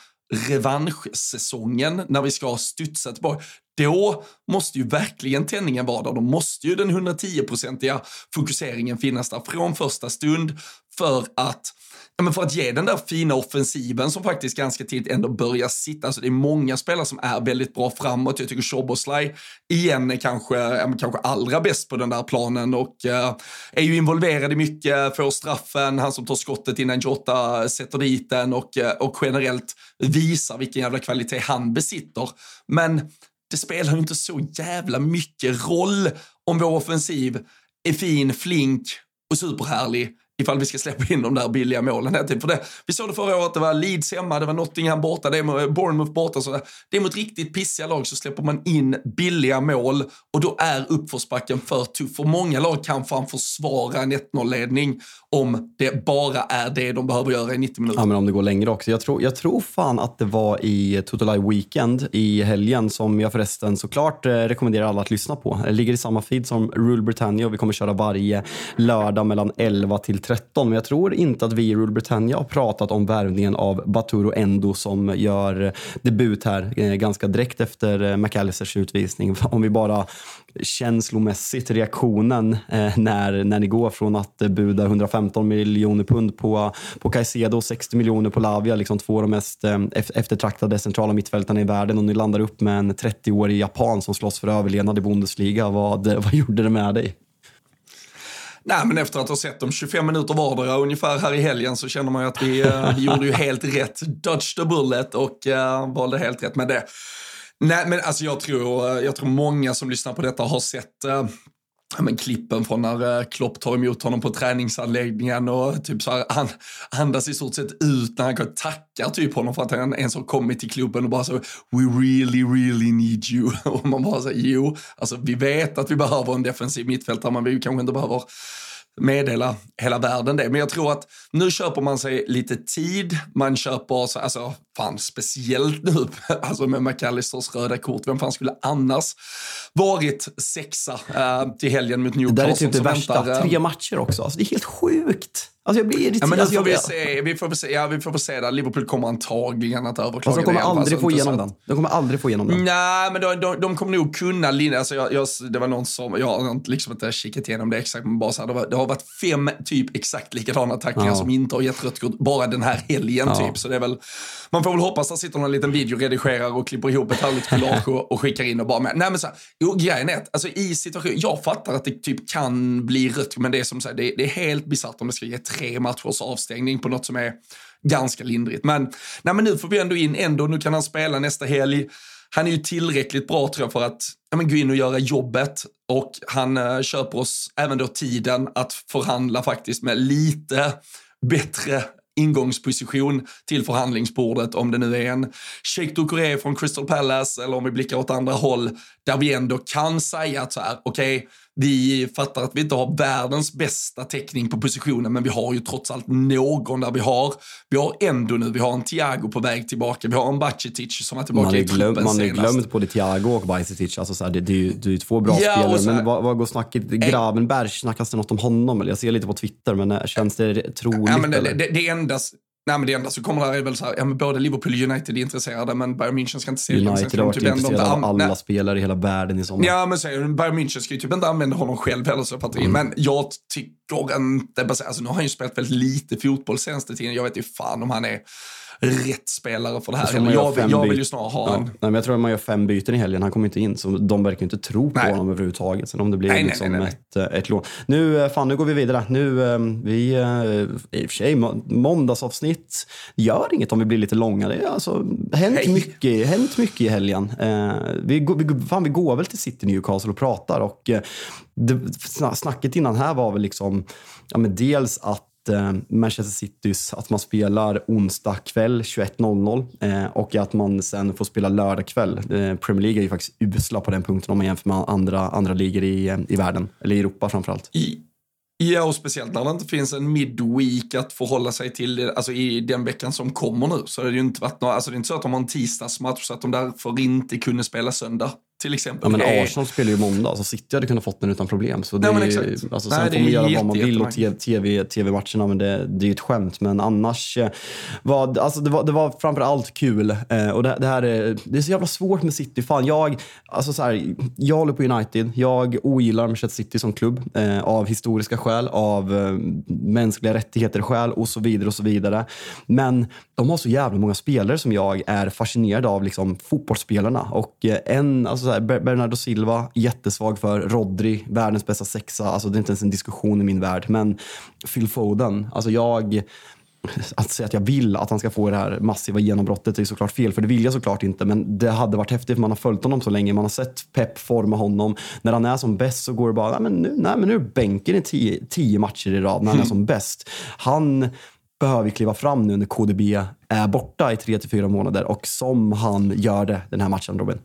revanschsäsongen när vi ska studsa tillbaka. Då måste ju verkligen tändningen vara där. Då måste ju den 110-procentiga fokuseringen finnas där från första stund för att ge den där fina offensiven som faktiskt ganska tidigt ändå börjar sitta. Alltså det är många spelare som är väldigt bra framåt. Jag tycker Szoboszlai igen är kanske allra bäst på den där planen och är ju involverad i mycket, får straffen, han som tar skottet innan Jota sätter dit den och generellt visar vilken jävla kvalitet han besitter. Men det spelar ju inte så jävla mycket roll om vår offensiv är fin, flink och superhärlig ifall vi ska släppa in de där billiga målen. För det, vi såg det förra året, det var Leeds hemma, det var Nottingham borta, det är Bournemouth borta. Så det är mot riktigt pissiga lag så släpper man in billiga mål och då är uppförsbacken för tuff. För många lag kan fan försvara en 1-0-ledning om det bara är det de behöver göra i 90 minuter. Ja, men om det går längre också. Jag tror fan att det var i Total Live Weekend i helgen som jag förresten såklart rekommenderar alla att lyssna på. Det ligger i samma feed som Rule Britannia och vi kommer köra varje lördag mellan 11 till 13. Men jag tror inte att vi i Rule Britannia har pratat om värvningen av Baturo Endo som gör debut här ganska direkt efter McAllisters utvisning. Om vi bara känslomässigt reaktionen när ni går från att buda 115 miljoner pund på Caicedo och 60 miljoner på Lavia, liksom två av de mest eftertraktade centrala mittfältarna i världen, och ni landar upp med en 30-årig japan som slåss för överlevnad i Bundesliga. Vad gjorde det med dig? Nej, men efter att ha sett dem 25 minuter vardera ungefär här i helgen så känner man ju att vi gjorde ju helt rätt. Dodge the bullet och valde helt rätt med det. Nej, men alltså jag tror många som lyssnar på detta har sett klippen från när Klopp tar emot honom på träningsanläggningen och typ så här, han andas i stort sett ut när han tackar typ honom för att han ens har kommit till klubben och bara så, we really, really need you. Och man bara säger, alltså vi vet att vi behöver en defensiv mittfältare, men vi kanske inte behöver meddela hela världen det. Men jag tror att nu köper man sig lite tid. Man köper, alltså fan speciellt nu, alltså med McAllisters röda kort. Vem fan skulle annars varit sexa till helgen mot Newcastle? Det är typ det värsta. 3 matcher också. Alltså det är helt sjukt. Alltså jag blir irriterad. Ja, men vi får väl se där. Liverpool kommer antagligen att överklaga. Alltså de kommer aldrig få igenom den. De kommer aldrig få igenom den. Nej, men de kommer nog kunna linja. Alltså det var någon som, jag har liksom inte kikat igenom det exakt, men bara så här, det har varit 5 typ exakt likadana tacklingar som inte har gett rött kort bara den här helgen typ. Så det är väl, man får väl hoppas att sitter någon liten video, redigerar och klipper ihop ett härligt collage och skickar in och bara med. Nej men så här, grejen är att, alltså i situation, jag fattar att det typ kan bli rött, men det är som så här, det är helt bisarrt om det ska ge 3 matchers avstängning på något som är ganska lindrigt. Men nu får vi ändå in nu kan han spela nästa helg. Han är ju tillräckligt bra tror jag för att gå in och göra jobbet, och han köper oss även då tiden att förhandla faktiskt med lite bättre ingångsposition till förhandlingsbordet, om det nu är en Sheikh Doucouré från Crystal Palace eller om vi blickar åt andra håll där vi ändå kan säga att så här, okej, vi fattar att vi inte har världens bästa täckning på positionen, men vi har ju trots allt någon där vi har ändå nu, vi har en Thiago på väg tillbaka, vi har en Bajcetic som är tillbaka i truppen senast. Man har glömt både Thiago och Bajcetic, alltså så här, det är ju 2 bra spelare, men vad går snacket? Gravenberg, snackas det något om honom? Eller jag ser lite på Twitter, men känns det troligt? Ja, men det enda så kommer det är väl så här, både Liverpool och United är intresserade, men Bayern München ska inte se United har varit intresserade av alla spelare i hela världen i sommar. Ja, men Bayern München ska ju typ inte använda honom själv heller, så men jag tycker inte, alltså nu har han ju spelat väldigt lite fotboll senaste tiden, jag vet ju fan om han är rätt spelare för det här. Jag vill ju snarare ha en. Nej, men jag tror att man gör 5 byten i helgen. Han kommer inte in, så de verkar inte tro på honom överhuvudtaget. Sen om det blir ett lån. Nu går vi vidare. Nu i och för sig måndagsavsnitt gör inget om vi blir lite långa. Det är alltså hänt mycket i helgen. Vi går väl till City Newcastle och pratar, och snacket innan här var väl liksom dels att Manchester Citys, att man spelar onsdag kväll 21.00 och att man sen får spela lördag kväll. Premier League är ju faktiskt usla på den punkten om man jämför med andra ligor i världen, eller i Europa framförallt. Ja, och speciellt när det inte finns en midweek att förhålla sig till, alltså i den veckan som kommer nu, så är det ju inte varit alltså det är inte så att de har en tisdagsmatch så att de därför inte kunde spela söndag till exempel. Ja, men Arsenal spelar ju måndag, så City hade kunnat fått den utan problem. Så det alltså, sen får man göra vad man vill och tv-matcherna, men det är ju ett skämt. Men annars det var framförallt kul. Och det är så jävla svårt med City. Fan, jag håller på United. Jag ogillar Manchester City som klubb av historiska skäl, av mänskliga rättigheter skäl och så vidare och så vidare. Men de har så jävla många spelare som jag är fascinerad av, liksom fotbollsspelarna. Och Bernardo Silva, jättesvag för. Rodri, världens bästa sexa. Alltså det är inte ens en diskussion i min värld. Men Phil Foden, alltså att säga att jag vill att han ska få det här massiva genombrottet är såklart fel, för det vill jag såklart inte, men det hade varit häftigt för man har följt honom så länge, man har sett Pep forma honom. När han är som bäst så går det bara, men nu är bänken i 10 matcher i rad när han är som bäst. Han behöver kliva fram nu när KDB är borta i 3-4 månader, och som han gör det den här matchen, Robin.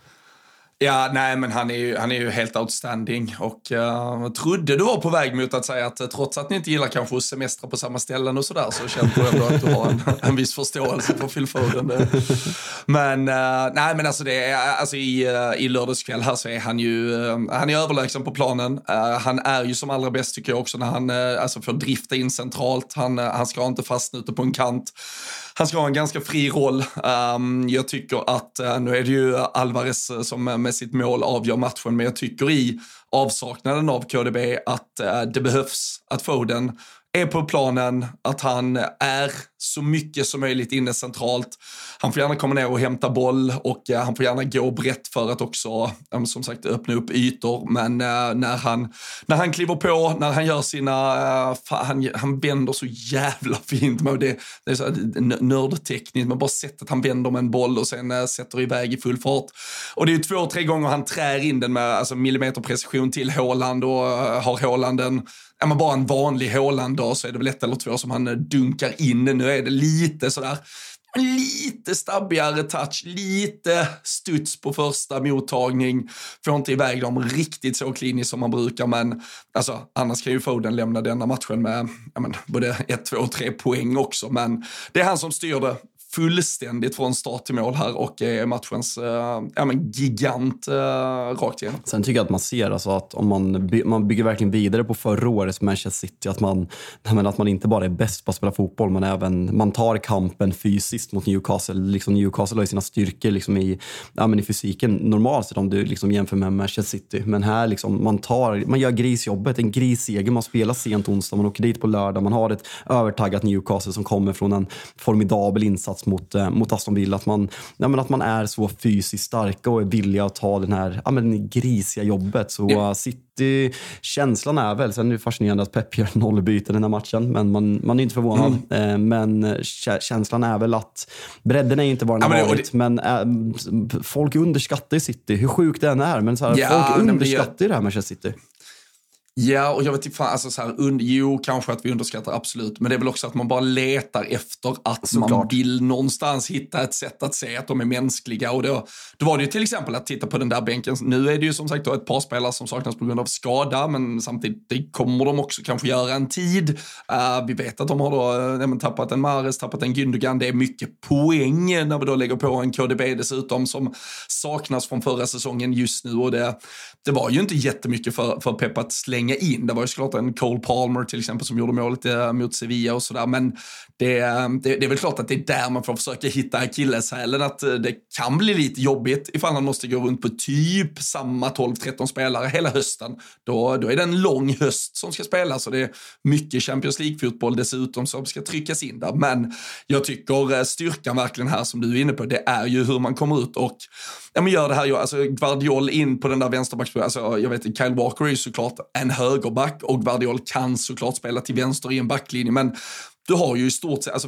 Ja, nej, men han är ju helt outstanding, och jag trodde du var på väg mot att säga att trots att ni inte gillar kanske att semestra på samma ställen och sådär, så känner du ändå att du har en viss förståelse för Phil Foden. Men nej, men alltså det är alltså i lördagskväll här så är han är överlägsen på planen. Han är ju som allra bäst tycker jag också när han får drifta in centralt. Han ska inte fastna ute på en kant. Han ska ha en ganska fri roll. Jag tycker att, nu är det ju Alvarez som med sitt mål avgör matchen, men jag tycker i avsaknaden av KDB att det behövs att Foden är på planen, att han är så mycket som möjligt inne centralt. Han får gärna komma ner och hämta boll, och han får gärna gå brett för att också, som sagt, öppna upp ytor. Men när han kliver på, när han gör sina, han vänder så jävla fint med det är så nördtekniskt, men bara sättet han vänder med en boll och sen sätter iväg i full fart. Och det är ju 2-3 gånger han trär in den med millimeterprecision till Haaland, och har Haaland bara en vanlig Haaland då, så är det väl 1 eller 2 som han dunkar in. Nu är det lite sådär lite stabbigare touch, lite studs på första mottagning. Får inte iväg dem riktigt så kliniskt som man brukar, men alltså, annars kan ju Foden lämna denna matchen med både 1, 2 och 3 poäng också. Men det är han som styr det fullständigt från start till mål här och är matchens gigant rakt igenom. Sen tycker jag att man ser alltså att om man bygger verkligen vidare på förra årets Manchester City, att man inte bara är bäst på att spela fotboll, men även man tar kampen fysiskt mot Newcastle. Liksom Newcastle har ju sina styrkor liksom i fysiken normalt sett om du liksom jämför med Manchester City, men här liksom man gör grisjobbet, en grisseger, man spelar sent onsdag, man åker dit på lördag, man har ett övertaggat Newcastle som kommer från en formidabel insats mot Aston Villa, att man är så fysiskt starka och är villiga att ta den här grisiga jobbet. Så City, känslan är väl, sen är det fascinerande att Pep gör 0 byten den här matchen, men man är inte förvånad. Men känslan är väl att bredden är inte vad den har varit, men folk underskattar City, hur sjukt den är, men så här, folk underskattar det här med City. Ja, och jag vet inte fan, alltså så här, kanske att vi underskattar absolut, men det är väl också att man bara letar efter att man vill någonstans hitta ett sätt att se att de är mänskliga, och då var det ju till exempel att titta på den där bänken. Nu är det ju som sagt då ett par spelare som saknas på grund av skada, men samtidigt det kommer de också kanske göra en tid. Vi vet att de har då tappat en Mahrez, tappat en Gündogan, det är mycket poäng när vi då lägger på en KDB dessutom som saknas från förra säsongen just nu, och det var ju inte jättemycket för Pep att slänga in. Det var ju såklart en Cole Palmer till exempel som gjorde målet mot Sevilla och sådär, men det är väl klart att det är där man får försöka hitta akilleshälen, att det kan bli lite jobbigt ifall han måste gå runt på typ samma 12-13 spelare hela hösten. Då är det en lång höst som ska spelas, och det är mycket Champions League-fotboll dessutom som ska tryckas in där. Men jag tycker styrkan verkligen här som du är inne på, det är ju hur man kommer ut och gör det här. Alltså Gvardiol in på den där vänsterbacken, alltså jag vet Kyle Walker är ju såklart en högerback och Gvardiol kan såklart spela till vänster i en backlinje, men du har ju i stort sett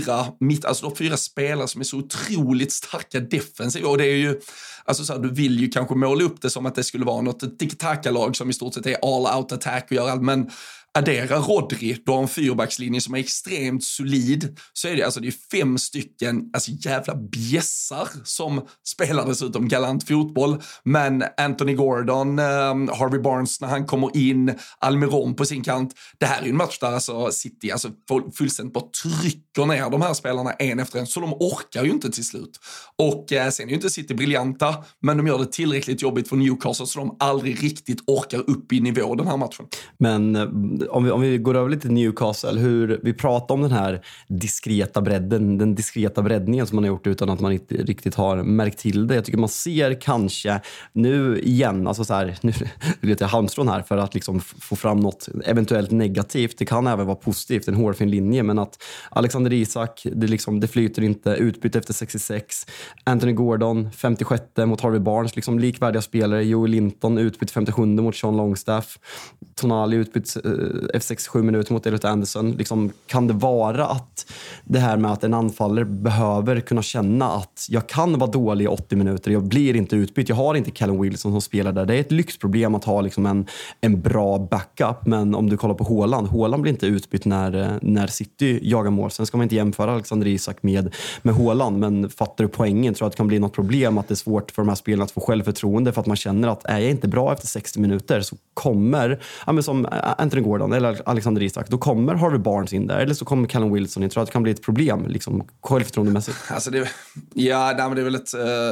fyra spelare som är så otroligt starka defensiva, och det är ju alltså så här, du vill ju kanske måla upp det som att det skulle vara något tiki-taka-lag som i stort sett är all out attack och gör allt, men addera Rodri, du har en fyrbackslinje som är extremt solid, så är det är 5 stycken jävla bjässar som spelar dessutom galant fotboll, men Anthony Gordon, Harvey Barnes när han kommer in, Almiron på sin kant, det här är ju en match där City fullständigt bara trycker ner de här spelarna en efter en, så de orkar ju inte till slut, och sen är ju inte City briljanta, men de gör det tillräckligt jobbigt för Newcastle så de aldrig riktigt orkar upp i nivå den här matchen. Men om vi går över lite till Newcastle, hur vi pratar om den här diskreta bredden, den diskreta breddningen som man har gjort utan att man inte riktigt har märkt till det. Jag tycker man ser kanske nu igen, nu lite halmstrån här för att liksom få fram något eventuellt negativt. Det kan även vara positivt, en hårfin linje, men att Alexander Isak, det flyter inte, utbyte efter 66, Anthony Gordon 56 mot Harvey Barnes, liksom likvärdiga spelare, Joel Linton utbyte 57 mot Sean Longstaff, Tonali utbyte efter 6-7 minuter mot Elliot Anderson. Liksom, kan det vara att det här med att en anfallare behöver kunna känna att jag kan vara dålig i 80 minuter, jag blir inte utbytt, jag har inte Callum Wilson som spelar där. Det är ett lyxproblem att ha liksom en bra backup, men om du kollar på Haaland blir inte utbytt när City jagar mål. Sen ska man inte jämföra Alexander Isak med Haaland, men fattar du poängen? Tror att det kan bli något problem att det är svårt för de här spelarna att få självförtroende för att man känner att är jag inte bra efter 60 minuter så kommer, som Anthony Gordon eller Alexander Isak, då kommer Harvey Barnes in där, eller så kommer Callum Wilson. Jag tror att det kan bli ett problem liksom självförtroendemässigt. Det är väl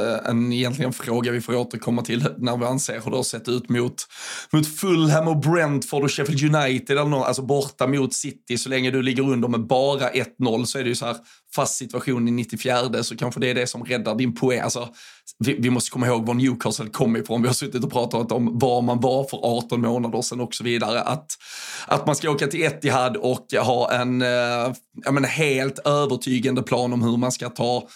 en egentligen fråga vi får återkomma till när vi anser hur det har sett ut mot Fulham och Brentford och Sheffield United eller något, borta mot City. Så länge du ligger under med bara 1-0 så är det ju så här fast situation i 94, så kanske det är det som räddar din poäng. Vi måste komma ihåg var Newcastle kom ifrån. Vi har suttit och pratat om var man var för 18 månader sedan och så vidare. Att man ska åka till Etihad och ha en helt övertygande plan om hur man ska ta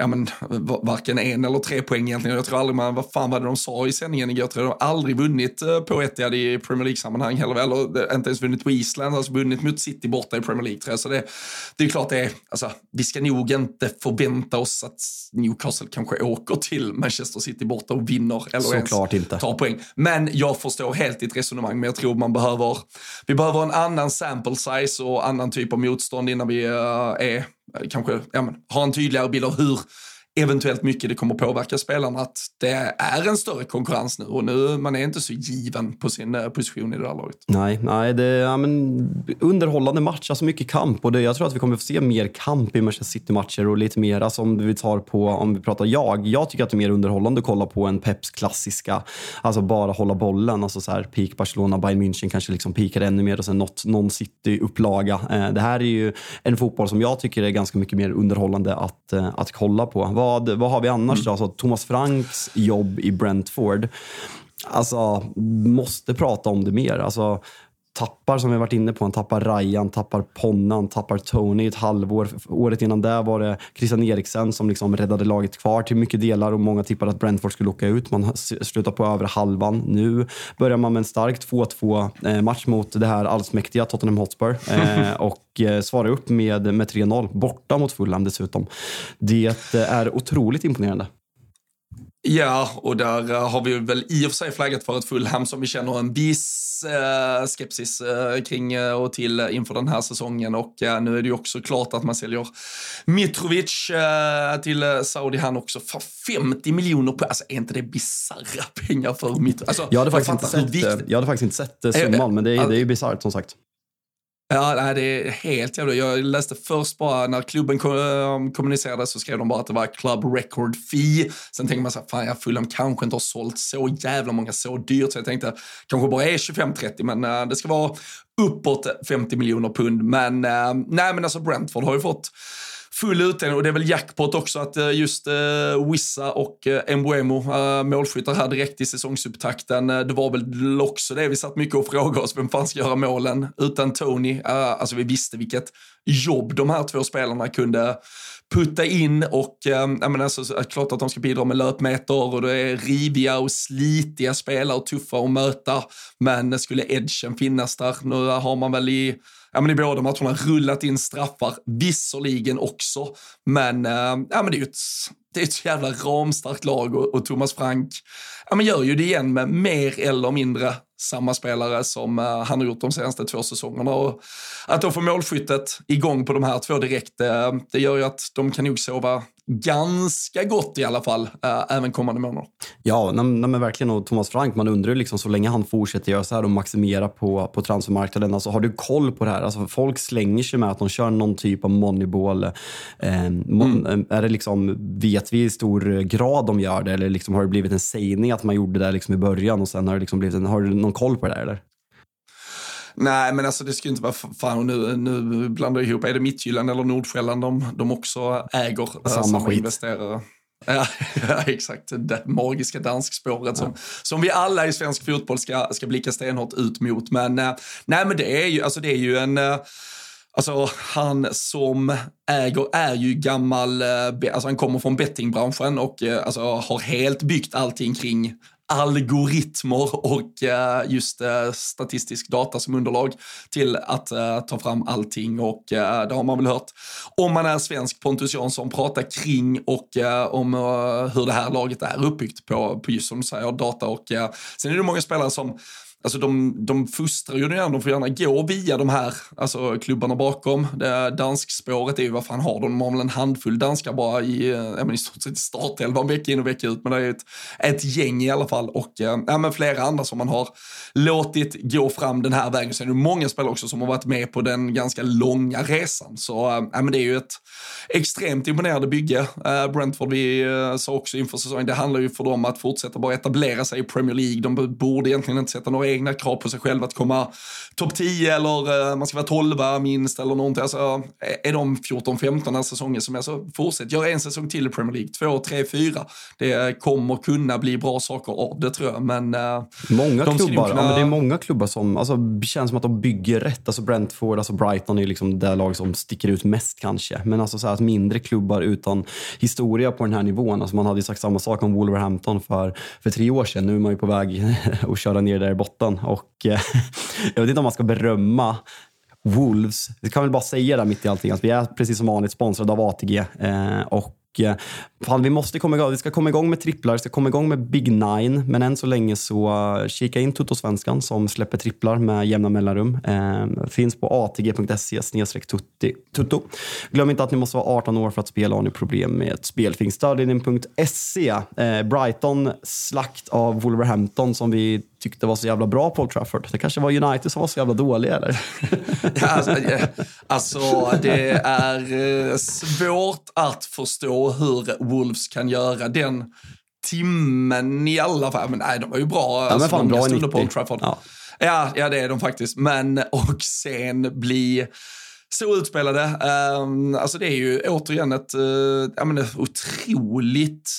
varken 1 eller 3 poäng egentligen. Jag tror aldrig vad fan var det de sa i sändningen igår? Jag tror de har aldrig vunnit på Etihad i Premier League-sammanhang heller väl, och inte ens vunnit på Island, vunnit mot City borta i Premier League, tror jag. Så det är klart vi ska nog inte förvänta oss att Newcastle kanske åker till Manchester City borta och vinner eller såklart ens tar poäng. Men jag förstår helt ditt resonemang, men jag tror vi behöver en annan sample size och annan typ av motstånd innan vi är kanske ha en tydligare bild av hur eventuellt mycket det kommer påverka spelarna, att det är en större konkurrens nu och nu man är inte så given på sin position i det här laget. Nej, det är underhållande match, alltså mycket kamp, och jag tror att vi kommer att få se mer kamp i Manchester City-matcher och lite mer som vi tar på, om vi pratar jag tycker att det är mer underhållande att kolla på en Peps klassiska, alltså bara hålla bollen, alltså så här peak Barcelona, Bayern München kanske liksom peakar ännu mer och sen någon City-upplaga. Det här är ju en fotboll som jag tycker är ganska mycket mer underhållande att kolla på. Vad har vi annars då? Alltså, Thomas Franks jobb i Brentford. Alltså, måste prata om det mer. Alltså, tappar, som vi varit inne på, han tappar Ryan, tappar Ponnan, tappar Tony ett halvår. Året innan där var det Christian Eriksen som liksom räddade laget kvar till mycket delar och många tippade att Brentford skulle åka ut. Man slutar på över halvan. Nu börjar man med en stark 2-2 match mot det här allsmäktiga Tottenham Hotspur och svarar upp med 3-0 borta mot Fulham dessutom. Det är otroligt imponerande. Ja, och där har vi väl i och för sig flaggat för ett Fulham som vi känner en viss skepsis kring och till inför den här säsongen, och nu är det ju också klart att man säljer Mitrovic till Saudi, han också för 50 miljoner på, alltså är inte det bizarra pengar för Mitrovic? Alltså, jag hade faktiskt inte sett summan, men det är ju bizarrt som sagt. Ja, nej, det är helt jävla. Jag läste först bara när klubben kommunicerade så skrev de bara att det var club record fee. Sen tänkte man så här, fan, jag Fulham kanske inte har sålt så jävla många så dyrt, så jag tänkte kanske bara är 25-30, men det ska vara uppåt 50 miljoner pund. Men nej, men alltså Brentford har ju fått full utdelning, och det är väl jackpot också att just Wissa och Mbeumo målskyttar här direkt i säsongsupptakten. Det var väl också det vi satt mycket och frågade oss, vem fan ska göra målen utan Tony? Alltså vi visste vilket jobb de här två spelarna kunde putta in, och alltså, klart att de ska bidra med löpmeter, och det är riviga och slitiga spelare och tuffa att möta, men skulle edgen finnas där? Nu har man väl i båda matcherna rullat in straffar, visserligen också, men det är ju ett jävla ramstarkt lag, och Thomas Frank gör ju det igen med mer eller mindre samma spelare som han har gjort de senaste 2 säsongerna, och att då få målskyttet igång på de här 2 direkt, det gör ju att de kan nog sova ganska gott i alla fall, även kommande månader. Ja, men verkligen, och Thomas Frank, man undrar ju liksom så länge han fortsätter göra så här och maximera på transfermarknaden, alltså har du koll på det här? Alltså folk slänger sig med att de kör någon typ av moneyball. Är det liksom, vet vi i stor grad de gör det, eller liksom har det blivit en sägning att man gjorde det liksom i början och sen har det liksom blivit har du någon koll på det där, eller? Nej, men alltså det ska ju inte vara fan, nu blandar jag ihop, är det Midtjylland eller Nordsjälland de också äger samma investerare? Ja, exakt. Det magiska danskspåret som vi alla i svensk fotboll ska blicka stenhårt ut mot. Men nej, men det är ju en... Alltså han som äger är ju gammal, alltså han kommer från bettingbranschen och alltså har helt byggt allting kring algoritmer och just statistisk data som underlag till att ta fram allting, och det har man väl hört om man är svensk Pontus Jansson prata kring, och om hur det här laget är uppbyggt på just som du säger data, och sen är det många spelare som alltså de fustrar ju gärna, de får gärna gå via de här alltså klubbarna bakom. Det danskspåret är ju, vad fan har de har väl en handfull danskar bara i stort sett startelvan vecka in och vecka ut, men det är ju ett gäng i alla fall, och men flera andra som man har låtit gå fram den här vägen. Sen är det många spelare också som har varit med på den ganska långa resan, så men det är ju ett extremt imponerande bygge. Brentford, vi sa också inför säsongen, det handlar ju för dem att fortsätta bara etablera sig i Premier League. De borde egentligen inte sätta några egna krav på sig själva att komma topp 10 eller man ska vara 12 minst eller någonting. Alltså, är de 14-15 säsonger som är så, fortsätt. Gör en säsong till i Premier League, 2, 3, 4. Det kommer kunna bli bra saker av det, tror jag. Men många klubbar, men det är många klubbar som alltså, känns som att de bygger rätt. Alltså Brentford, alltså Brighton är liksom det lag som sticker ut mest kanske. Men alltså så här, att mindre klubbar utan historia på den här nivån. Alltså man hade ju sagt samma sak om Wolverhampton för 3 år sedan. Nu är man ju på väg att köra ner där i botten. Och jag vet inte om man ska berömma Wolves. Det kan väl bara säga där mitt i allting att vi är precis som vanligt sponsrade av ATG. Och Fan, vi måste komma igång. Vi ska komma igång med tripplar, vi ska komma igång med Big Nine. Men än så länge så kika in Toto-svenskan som släpper tripplar med jämna mellanrum. Finns på atg.se/tutto. Glöm inte att ni måste vara 18 år för att spela. Har ni problem med ett spel finns stödlinjen.se. Brighton slakt av Wolverhampton som vi tyckte var så jävla bra på Old Trafford. Det kanske var United som var så jävla dåliga, eller? Alltså, det är svårt att förstå hur Wolves kan göra den timmen i alla fall. Men nej, de var ju bra. Ja, men fan, bra i 90. På Old Trafford. Ja, det är de faktiskt. Och sen bli så utspelade. Alltså det är ju återigen ett otroligt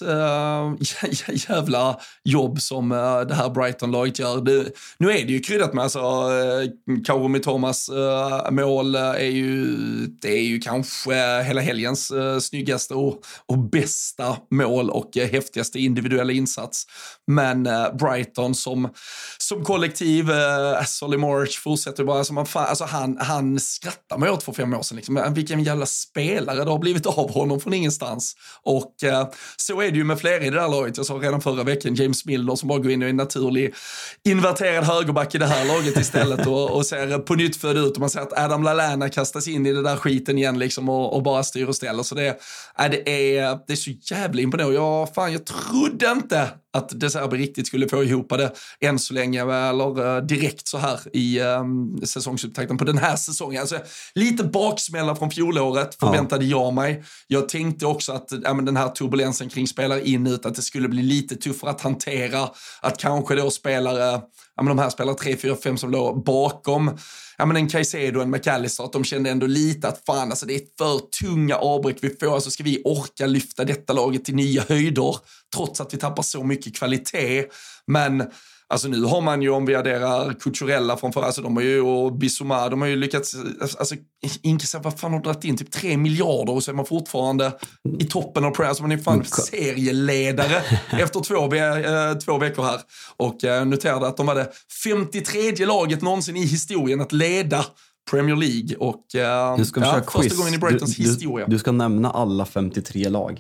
jävla jobb som det här Brighton-laget gör. Nu är det ju kryddat med Kaoru Mittomas mål det är ju kanske hela helgens snyggaste och bästa mål och häftigaste individuella insats. Men Brighton som kollektiv, Solly March fortsätter bara han skrattar mig åt för 5 år sedan. Liksom. Vilken jävla spelare det har blivit av honom från ingenstans. Och så är det ju med flera i det där laget. Jag sa redan förra veckan James Milner som bara går in i en naturlig inverterad högerback i det här laget istället och ser på nytt född ut. Och man ser att Adam Lallana kastas in i det där skiten igen liksom, och bara styr och ställer. Så det är så jävla imponerande. Jag trodde inte att De Zerbi riktigt skulle få ihop det än så länge, eller direkt så här i säsongsupptakten på den här säsongen. Alltså, lite baksmälla från fjolåret förväntade jag mig. Jag tänkte också att den här turbulensen kring spelare in ut, att det skulle bli lite tuffare att hantera, att kanske då spelare, de här spelare 3, 4, 5 som låg bakom en Caicedo och en McAllister, att de kände ändå lite att fan, alltså det är för tunga avbräck vi får, alltså ska vi orka lyfta detta laget till nya höjder trots att vi tappar så mycket kvalitet. Men alltså nu har man ju, om vi adderar Cucurella från förra, alltså de har ju, och Bissouma, de har ju lyckats, alltså inkassera, vad fan har dragit in typ 3 miljarder och så är man fortfarande i toppen av alltså man är fan serieledare efter 2 veckor här. Och noterade att de var det 53:e laget någonsin i historien att leda Premier League och första gången i Brightons historia. Du ska nämna alla 53 lag.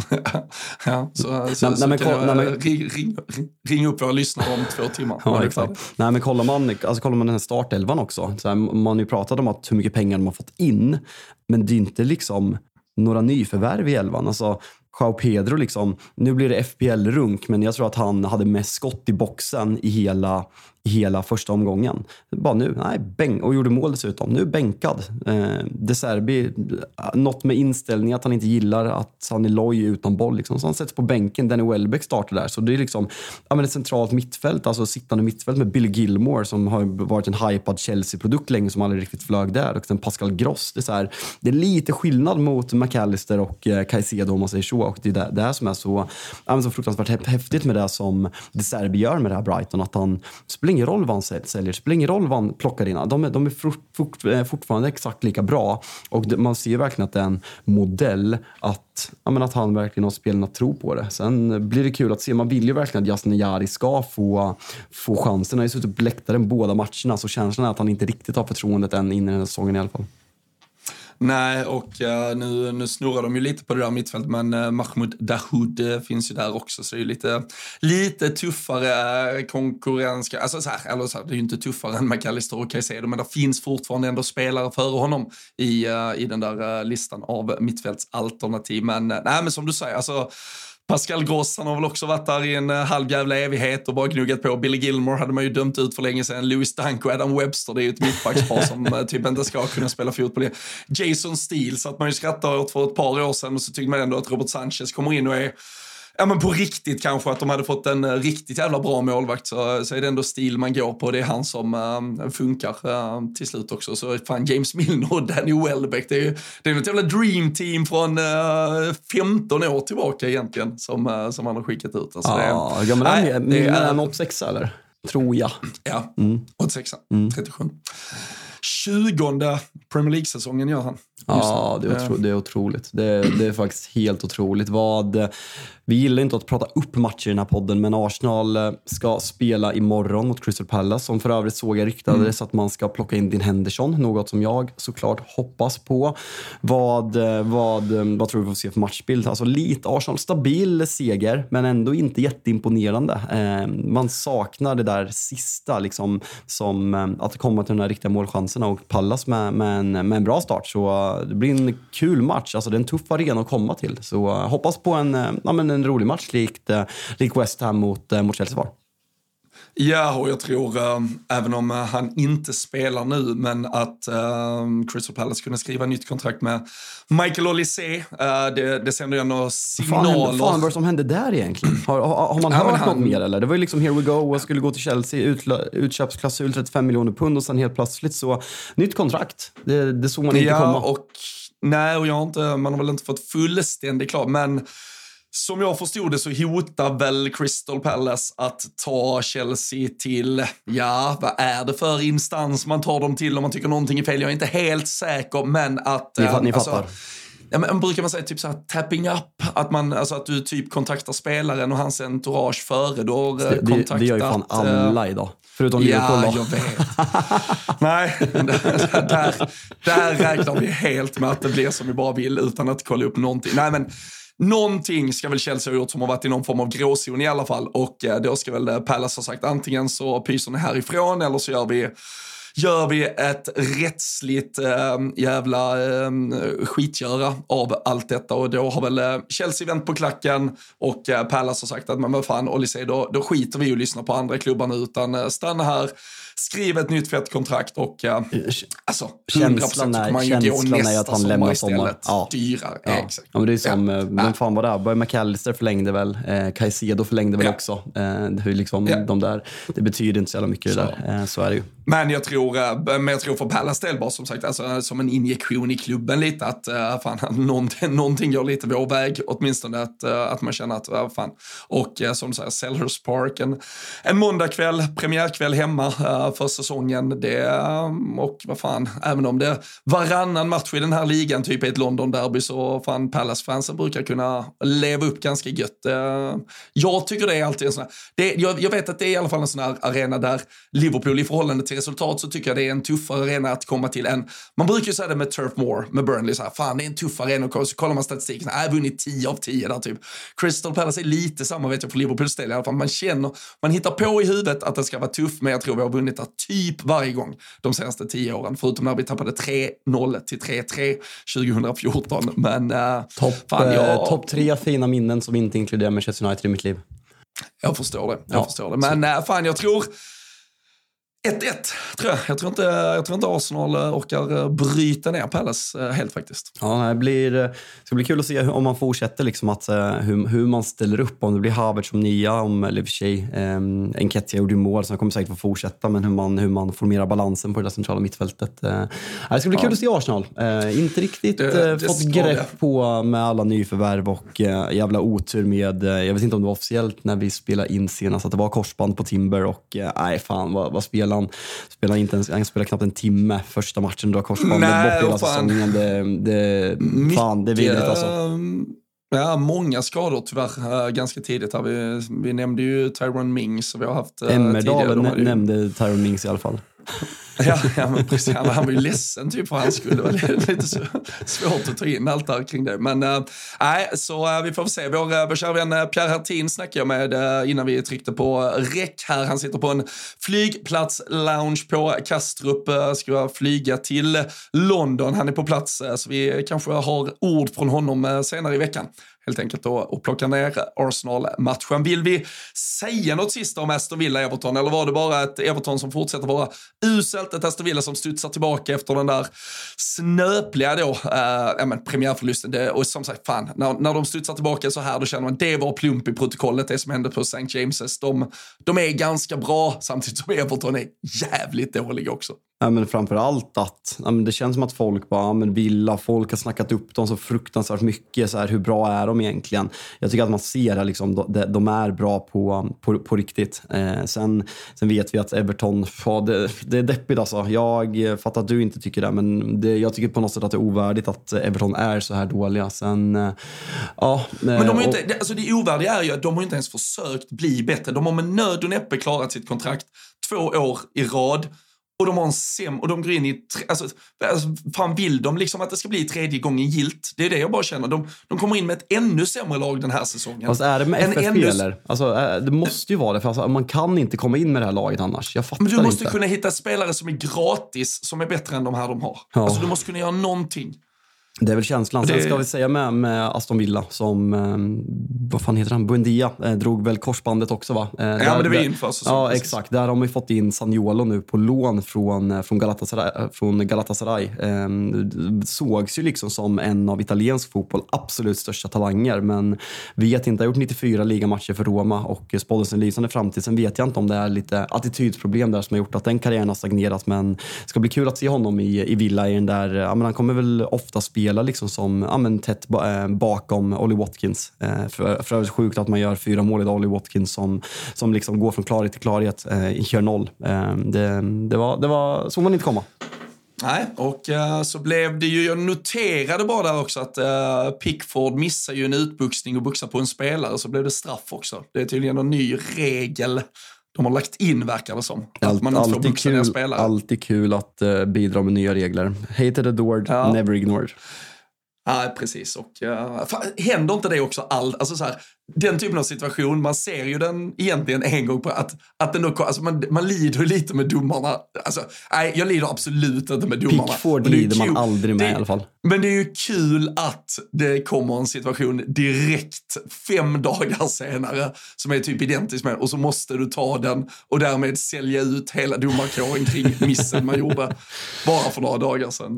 Ring upp våra lyssnare om 2 timmar. Ja, exakt. Nej, men kollar man den här startelvan också. Så här, man har ju pratat om hur mycket pengar de har fått in. Men det är inte liksom några nyförvärv i elvan. Alltså, João Pedro liksom, nu blir det FPL-runk, men jag tror att han hade mest skott i boxen i hela första omgången. Bara nu, och gjorde mål dessutom. Nu bänkad. De Zerbi, något med inställning att han inte gillar att han är loj utan boll. Liksom. Så han sätts på bänken. Danny Welbeck startar där. Så det är liksom ett centralt mittfält, alltså sittande mittfält med Billy Gilmore som har varit en hypad Chelsea-produkt länge som aldrig riktigt flög där. Och sen Pascal Gross. Det är lite skillnad mot McAllister och Caicedo om man säger så. Och det är det här som är så fruktansvärt häftigt med det som De Zerbi gör med det här Brighton. Att han spelar ingen roll vad han säljer, spelar ingen roll vad han plockar in. De är fortfarande exakt lika bra. Och man ser verkligen att det är en modell att han verkligen har spelarna att tro på det. Sen blir det kul att se. Man vill ju verkligen att Yassin Jari ska få chansen. Han har ju suttit på läktaren båda matcherna, så känslan är att han inte riktigt har förtroendet än in i den här säsongen i alla fall. Nej, och nu snurrar de ju lite på det där mittfält, men Mahmoud Dahoud finns ju där också, så det är ju lite tuffare konkurrens. Alltså det är ju inte tuffare än McAllister och Caicedo, men det finns fortfarande ändå spelare före honom i den där listan av mittfältsalternativ. Men som du säger, alltså Pascal Gross, han har väl också varit där i en halvjävla evighet och bara gnuggat på. Billy Gilmore hade man ju dömt ut för länge sedan. Lewis Dunk och Adam Webster, det är ju ett mittbackspar som typ inte ska kunna spela fotboll. Jason Steele så att man ju skrattar åt för ett par år sedan, och så tyckte man ändå att Robert Sanchez kommer in och är på riktigt kanske, att de hade fått en riktigt jävla bra målvakt, så är det ändå Steele man går på. Det är han som funkar till slut också. Så fan, James Milner och Danny Welbeck, det är något jävla dream team från 15 år tillbaka egentligen som han har skickat ut. Alltså Milner är en 86 eller? Tror jag. Ja, 86, 37. 20:e Premier League-säsongen gör han. Ja, det är otroligt. Det är faktiskt helt otroligt. Vi gillar inte att prata upp matcher i den här podden, men Arsenal ska spela imorgon mot Crystal Palace, som för övrigt såg jag ryktades att man ska plocka in Dean Henderson, något som jag såklart hoppas på. Vad tror du vi får se för matchbild? Alltså lite Arsenal, stabil seger, men ändå inte jätteimponerande. Man saknar det där sista, liksom, som att komma till de här riktiga målchanserna, och Palace med en bra start. Så det blir en kul match. Alltså det är en tuff arena att komma till. Så hoppas på en rolig match likt West Ham mot Chelsea var. Ja, och jag tror, även om han inte spelar nu, men att Crystal Palace kunde skriva nytt kontrakt med Michael Olise, det sänder ju ändå signaler. Fan, vad som hände där egentligen? Har man hört något mer eller? Det var ju liksom here we go och skulle gå till Chelsea, utköpsklausul 35 miljoner pund, och sen helt plötsligt så nytt kontrakt. Det såg man inte komma. Man har väl inte fått fullständigt klart, men som jag förstod det så hotar väl Crystal Palace att ta Chelsea till, vad är det för instans man tar dem till om man tycker någonting är fel? Jag är inte helt säker, men att... Ni fattar. Ja, men brukar man säga typ så här tapping up, att du typ kontaktar spelaren och hans entourage före då kontaktat... Det gör ju fan alla idag. Förutom Liverpool. Ja, jag vet. Nej, där räknar vi helt med att det blir som vi bara vill utan att kolla upp någonting. Nej, men någonting ska väl Chelsea ha gjort som har varit i någon form av gråzon i alla fall, och då ska väl Palace ha sagt antingen så pyser ni härifrån eller så gör vi ett rättsligt jävla skitgöra av allt detta, och då har väl Chelsea vänt på klacken och Palace har sagt att men vad fan, Olise, då skiter vi och lyssnar på andra klubbar nu, utan stanna här, skriv ett nytt fett kontrakt och alltså 100% kommer man ju gå nästa att han lämnar istället. Ja. Dyrare. Ja. Exakt. Ja, men det är som, vem fan var det? Boy McAllister förlängde väl, Caicedo förlängde väl också. Det är liksom de där, det betyder inte så jävla mycket det där. Så är det ju. Men jag tror för Palace del bara som sagt, alltså, som en injektion i klubben lite, att någonting går lite vår väg, åtminstone att man känner att fan. Och som du säger, Selhurst Park, en måndagkväll, premiärkväll hemma för säsongen, och vad fan, även om det varannan match i den här ligan typ är ett London-derby, så fan Palace-fansen brukar kunna leva upp ganska gött. Jag tycker det är alltid en sån här, jag vet att det är i alla fall en sån här arena där Liverpool i förhållande till resultat, så tycker jag det är en tuffare arena att komma till än, man brukar ju säga det med Turf Moor, med Burnley, så här, fan det är en tuff arena, och så kollar man statistiken, jag har vunnit 10 av 10 där typ. Crystal Palace är lite samma, vet jag, för Liverpools del i alla fall, man hittar på i huvudet att det ska vara tuff, men jag tror vi har vunnit typ varje gång de senaste 10 åren, förutom när vi tappade 3-0 till 3-3 2014, men topp 3 fina minnen som inte inkluderar Manchester United i mitt liv. Jag förstår det. Men fan, jag tror 1-1, tror jag. Jag tror inte Arsenal orkar bryta ner Palace helt faktiskt. Ja, det ska bli kul att se om man fortsätter liksom att hur man ställer upp, om det blir Havertz som nia, om eller för sig Nketiah gjorde mål, så kommer säkert få fortsätta, men hur man formerar balansen på det centrala mittfältet. Det ska bli kul att se Arsenal. Inte riktigt fått grepp på med alla nyförvärv och jävla otur med, jag vet inte om det var officiellt när vi spelade in senast, att det var korsband på Timber, och vad spelar han spelar knappt en timme första matchen, då har korsbandet bort hela säsongen. Det är vidrigt alltså. Ja, många skador tyvärr ganska tidigt här. Vi nämnde ju Tyrone Mings, och vi har haft Emmerdalen nämnde Tyrone Mings i alla fall. Ja, men precis. Han var ju ledsen typ för hans skull. Det var lite svårt att ta in allt där kring det. Men så vi får se. Vår kära vän Pierre Hertin snackade jag med innan vi tryckte på räck här. Han sitter på en flygplats-lounge på Kastrup. Ska flyga till London. Han är på plats, så vi kanske har ord från honom senare i veckan. Helt enkelt och plocka ner Arsenal-matchen. Vill vi säga något sista om Aston Villa-Everton, eller var det bara ett Everton som fortsätter vara uselt, ett Aston Villa som studsar tillbaka efter den där snöpliga premiärförlusten? Och som sagt, fan, när de studsar tillbaka så här, då känner man det var plump i protokollet, det som hände på St. James's. De är ganska bra, samtidigt som Everton är jävligt dåliga också. Ja, men framförallt att det känns som att folk bara, folk har snackat upp dem så fruktansvärt mycket, så här, hur bra är de egentligen? Jag tycker att man ser att liksom, de är bra på riktigt. Sen vet vi att Everton, det är deppigt alltså. Jag fattar att du inte tycker det, men jag tycker på något sätt att det är ovärdigt att Everton är så här dåliga. Sen, ja. Men de har inte, alltså det ovärdiga är ju att de har inte ens försökt bli bättre. De har med nöd och näppe klarat sitt kontrakt 2 år i rad. Och de har och de går in i, fan vill de liksom att det ska bli 3:e gången gilt? Det är det jag bara känner. De kommer in med ett ännu sämre lag den här säsongen. Alltså är det med FFP eller? Alltså, det måste ju vara det, för alltså, man kan inte komma in med det här laget annars. Jag fattar inte. Men du måste kunna hitta spelare som är gratis, som är bättre än de här de har. Ja. Alltså du måste kunna göra någonting. Det är väl känslan. Sen ska vi säga med Aston Villa som, vad fan heter han? Buendia drog väl korsbandet också, va? Ja, men det var inför säsongen. Ja, exakt. Där har man ju fått in Zaniolo nu på lån från Galatasaray. Sågs ju liksom som en av italiensk fotboll absolut största talanger, men vet inte, har gjort 94 ligamatcher för Roma och spåddes en lysande framtid. Sen vet jag inte om det är lite attitydsproblem där som har gjort att den karriären har stagnerat, men det ska bli kul att se honom i Villa i den där, ja, men han kommer väl ofta spela liksom som tätt bakom Ollie Watkins. För övrigt sjukt att man gör 4 mål i Ollie Watkins som liksom går från klarhet till klarhet i kör 0. Det var så man inte komma. Nej, och så blev det ju, jag noterade bara där också att Pickford missar ju en utbuxning och buxar på en spelare, så blev det straff också. Det är tydligen en ny regel de har lagt in, verkar det som. Att man inte får buxa ner spelare. Alltid kul att bidra med nya regler. Hated, adored, never ignored. Ja, precis. Och händer inte det också alltså så här, den typen av situation, man ser ju den egentligen en gång på att den då, alltså man lider lite med domarna. Alltså, nej, jag lider absolut inte med domarna. Pickford lider man aldrig med i alla fall. Men det är ju kul att det kommer en situation direkt 5 dagar senare som är typ identisk med, och så måste du ta den och därmed sälja ut hela domarkåren kring missen man gjorde bara för några dagar sedan.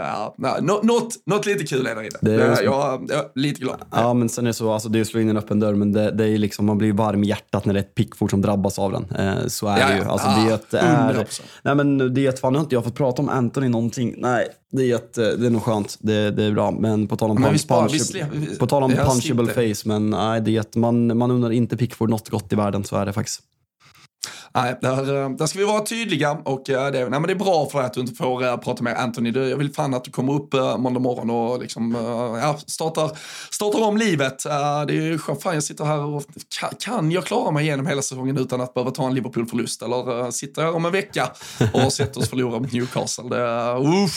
Något lite kul är det i det. Jag är lite glad. Ja, men sen är det så, alltså det är att slå in en öppen dörr, men det är liksom, man blir varm i hjärtat när det är ett Pickford som drabbas av den. Så är det ju. Alltså nej, men det är ett fan, nu har inte jag fått prata om Anthony någonting. Nej, det är nog skönt. Det är bra, men på tal om punchable face, men nej, det är att man undrar inte Pickford något gott i världen, så är det faktiskt. Nej, där ska vi vara tydliga, och det är bra för att du inte får prata med Anthony. Jag vill fan att du kommer upp måndag morgon och liksom, startar om livet. Det är ju fan, jag sitter här och kan jag klara mig igenom hela säsongen utan att behöva ta en Liverpool-förlust, eller sitter jag om en vecka och sett oss förlora mot Newcastle. Det är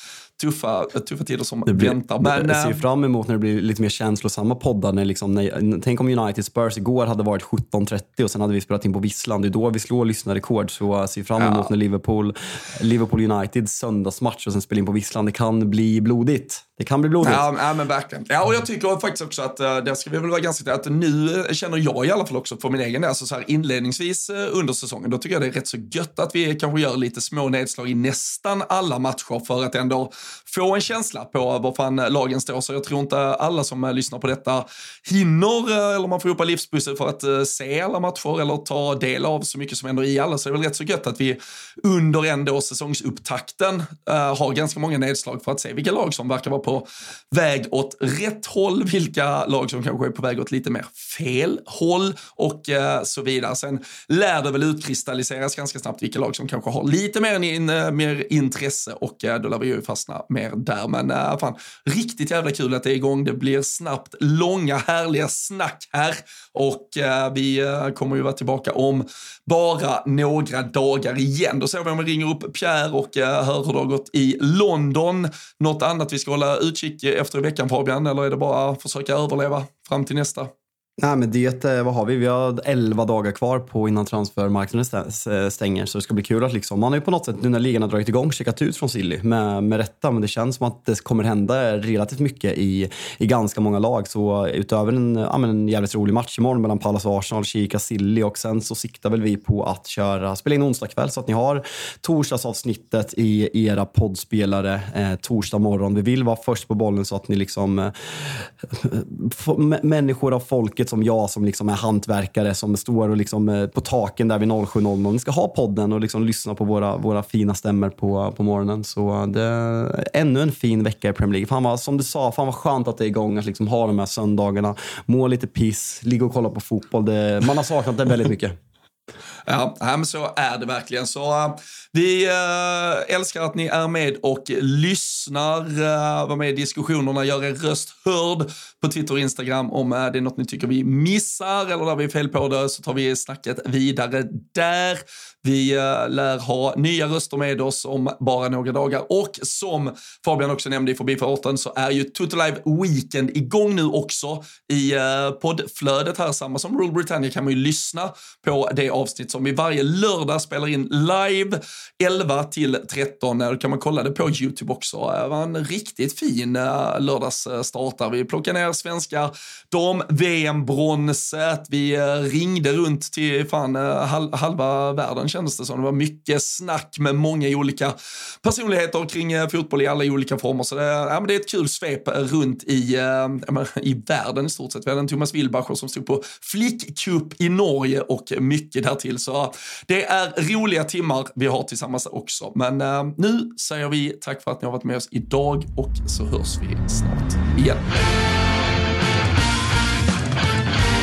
tuffa tider som väntar. Men jag ser fram emot när det blir lite mer känslosamma poddar. Tänk om United Spurs igår hade varit 17:30 och sen hade vi spelat in på Vissland. Det är då vi slår lyssnarrekord. Så jag ser fram emot när Liverpool United söndagsmatch och sen spelar in på Vissland. Det kan bli blodigt. Ja, men verkligen. Ja, och jag tycker faktiskt också att det ska vi väl vara ganska att nu känner jag i alla fall också för min egen del, alltså så här inledningsvis under säsongen, då tycker jag det är rätt så gött att vi kanske gör lite små nedslag i nästan alla matcher för att ändå få en känsla på vad fan lagen står. Så jag tror inte alla som lyssnar på detta hinner, eller man får upp en livspussel för att se alla matcher eller ta del av så mycket som ändå i alla. Så det är väl rätt så gött att vi under ändå säsongsupptakten har ganska många nedslag för att se vilka lag som verkar vara på väg åt rätt håll, vilka lag som kanske är på väg åt lite mer fel håll och så vidare. Sen lär det väl utkristalliseras ganska snabbt vilka lag som kanske har lite mer intresse, och då lär vi ju fastna mer där. Men fan, riktigt jävla kul att det är igång. Det blir snabbt långa härliga snack här, och vi kommer ju vara tillbaka om bara några dagar igen. Då ser vi om vi ringer upp Pierre och hör hur det har gått i London. Något annat vi ska hålla utkik efter i veckan, Fabian, eller är det bara att försöka överleva fram till nästa? Nej, men vad har vi? Vi har 11 dagar kvar på innan transfermarknaden stänger, så det ska bli kul att liksom, man har ju på något sätt nu när ligan har dragit igång checkat ut från Silly med rätta, men det känns som att det kommer hända relativt mycket i ganska många lag. Så utöver en jävligt rolig match imorgon mellan Palace och Arsenal, kika Silly, och sen så siktar väl vi på att spela in onsdag kväll så att ni har torsdagsavsnittet i era poddspelare torsdag morgon. Vi vill vara först på bollen så att ni liksom människor av folket folket som jag som liksom är hantverkare som står och liksom på taken där vid 07.00. Ni ska ha podden och liksom lyssna på våra fina stämmer på morgonen. Så det är ännu en fin vecka i Premier League. Fan vad, som du sa, fan vad skönt att det är igång att liksom ha de här söndagarna, må lite piss, ligga och kolla på fotboll. Man har saknat det väldigt mycket. Ja, men så är det verkligen. Så vi älskar att ni är med och lyssnar, var med i diskussionerna, gör er röst hörd på Twitter och Instagram om det är något ni tycker vi missar eller där vi är fel på det, så tar vi snacket vidare där. Vi lär ha nya röster med oss om bara några dagar, och som Fabian också nämnde i förbifarten så är ju Toto Live Weekend igång nu också i poddflödet här. Samma som Rule Britannia kan man ju lyssna på det avsnitt som vi varje lördag spelar in live 11-13. Då kan man kolla det på YouTube också. Det var en riktigt fin lördagsstart där. Vi plockade ner svenska VM-bronset. Vi ringde runt till halva världen, kändes det som. Det var mycket snack med många olika personligheter kring fotboll i alla olika former. Så det är ett kul svep runt i världen i stort sett. Vi hade en Thomas Wilbacher som stod på Flickcup i Norge och mycket därtill. Så det är roliga timmar vi har tillsammans också. Men nu säger vi tack för att ni har varit med oss idag, och så hörs vi snart igen.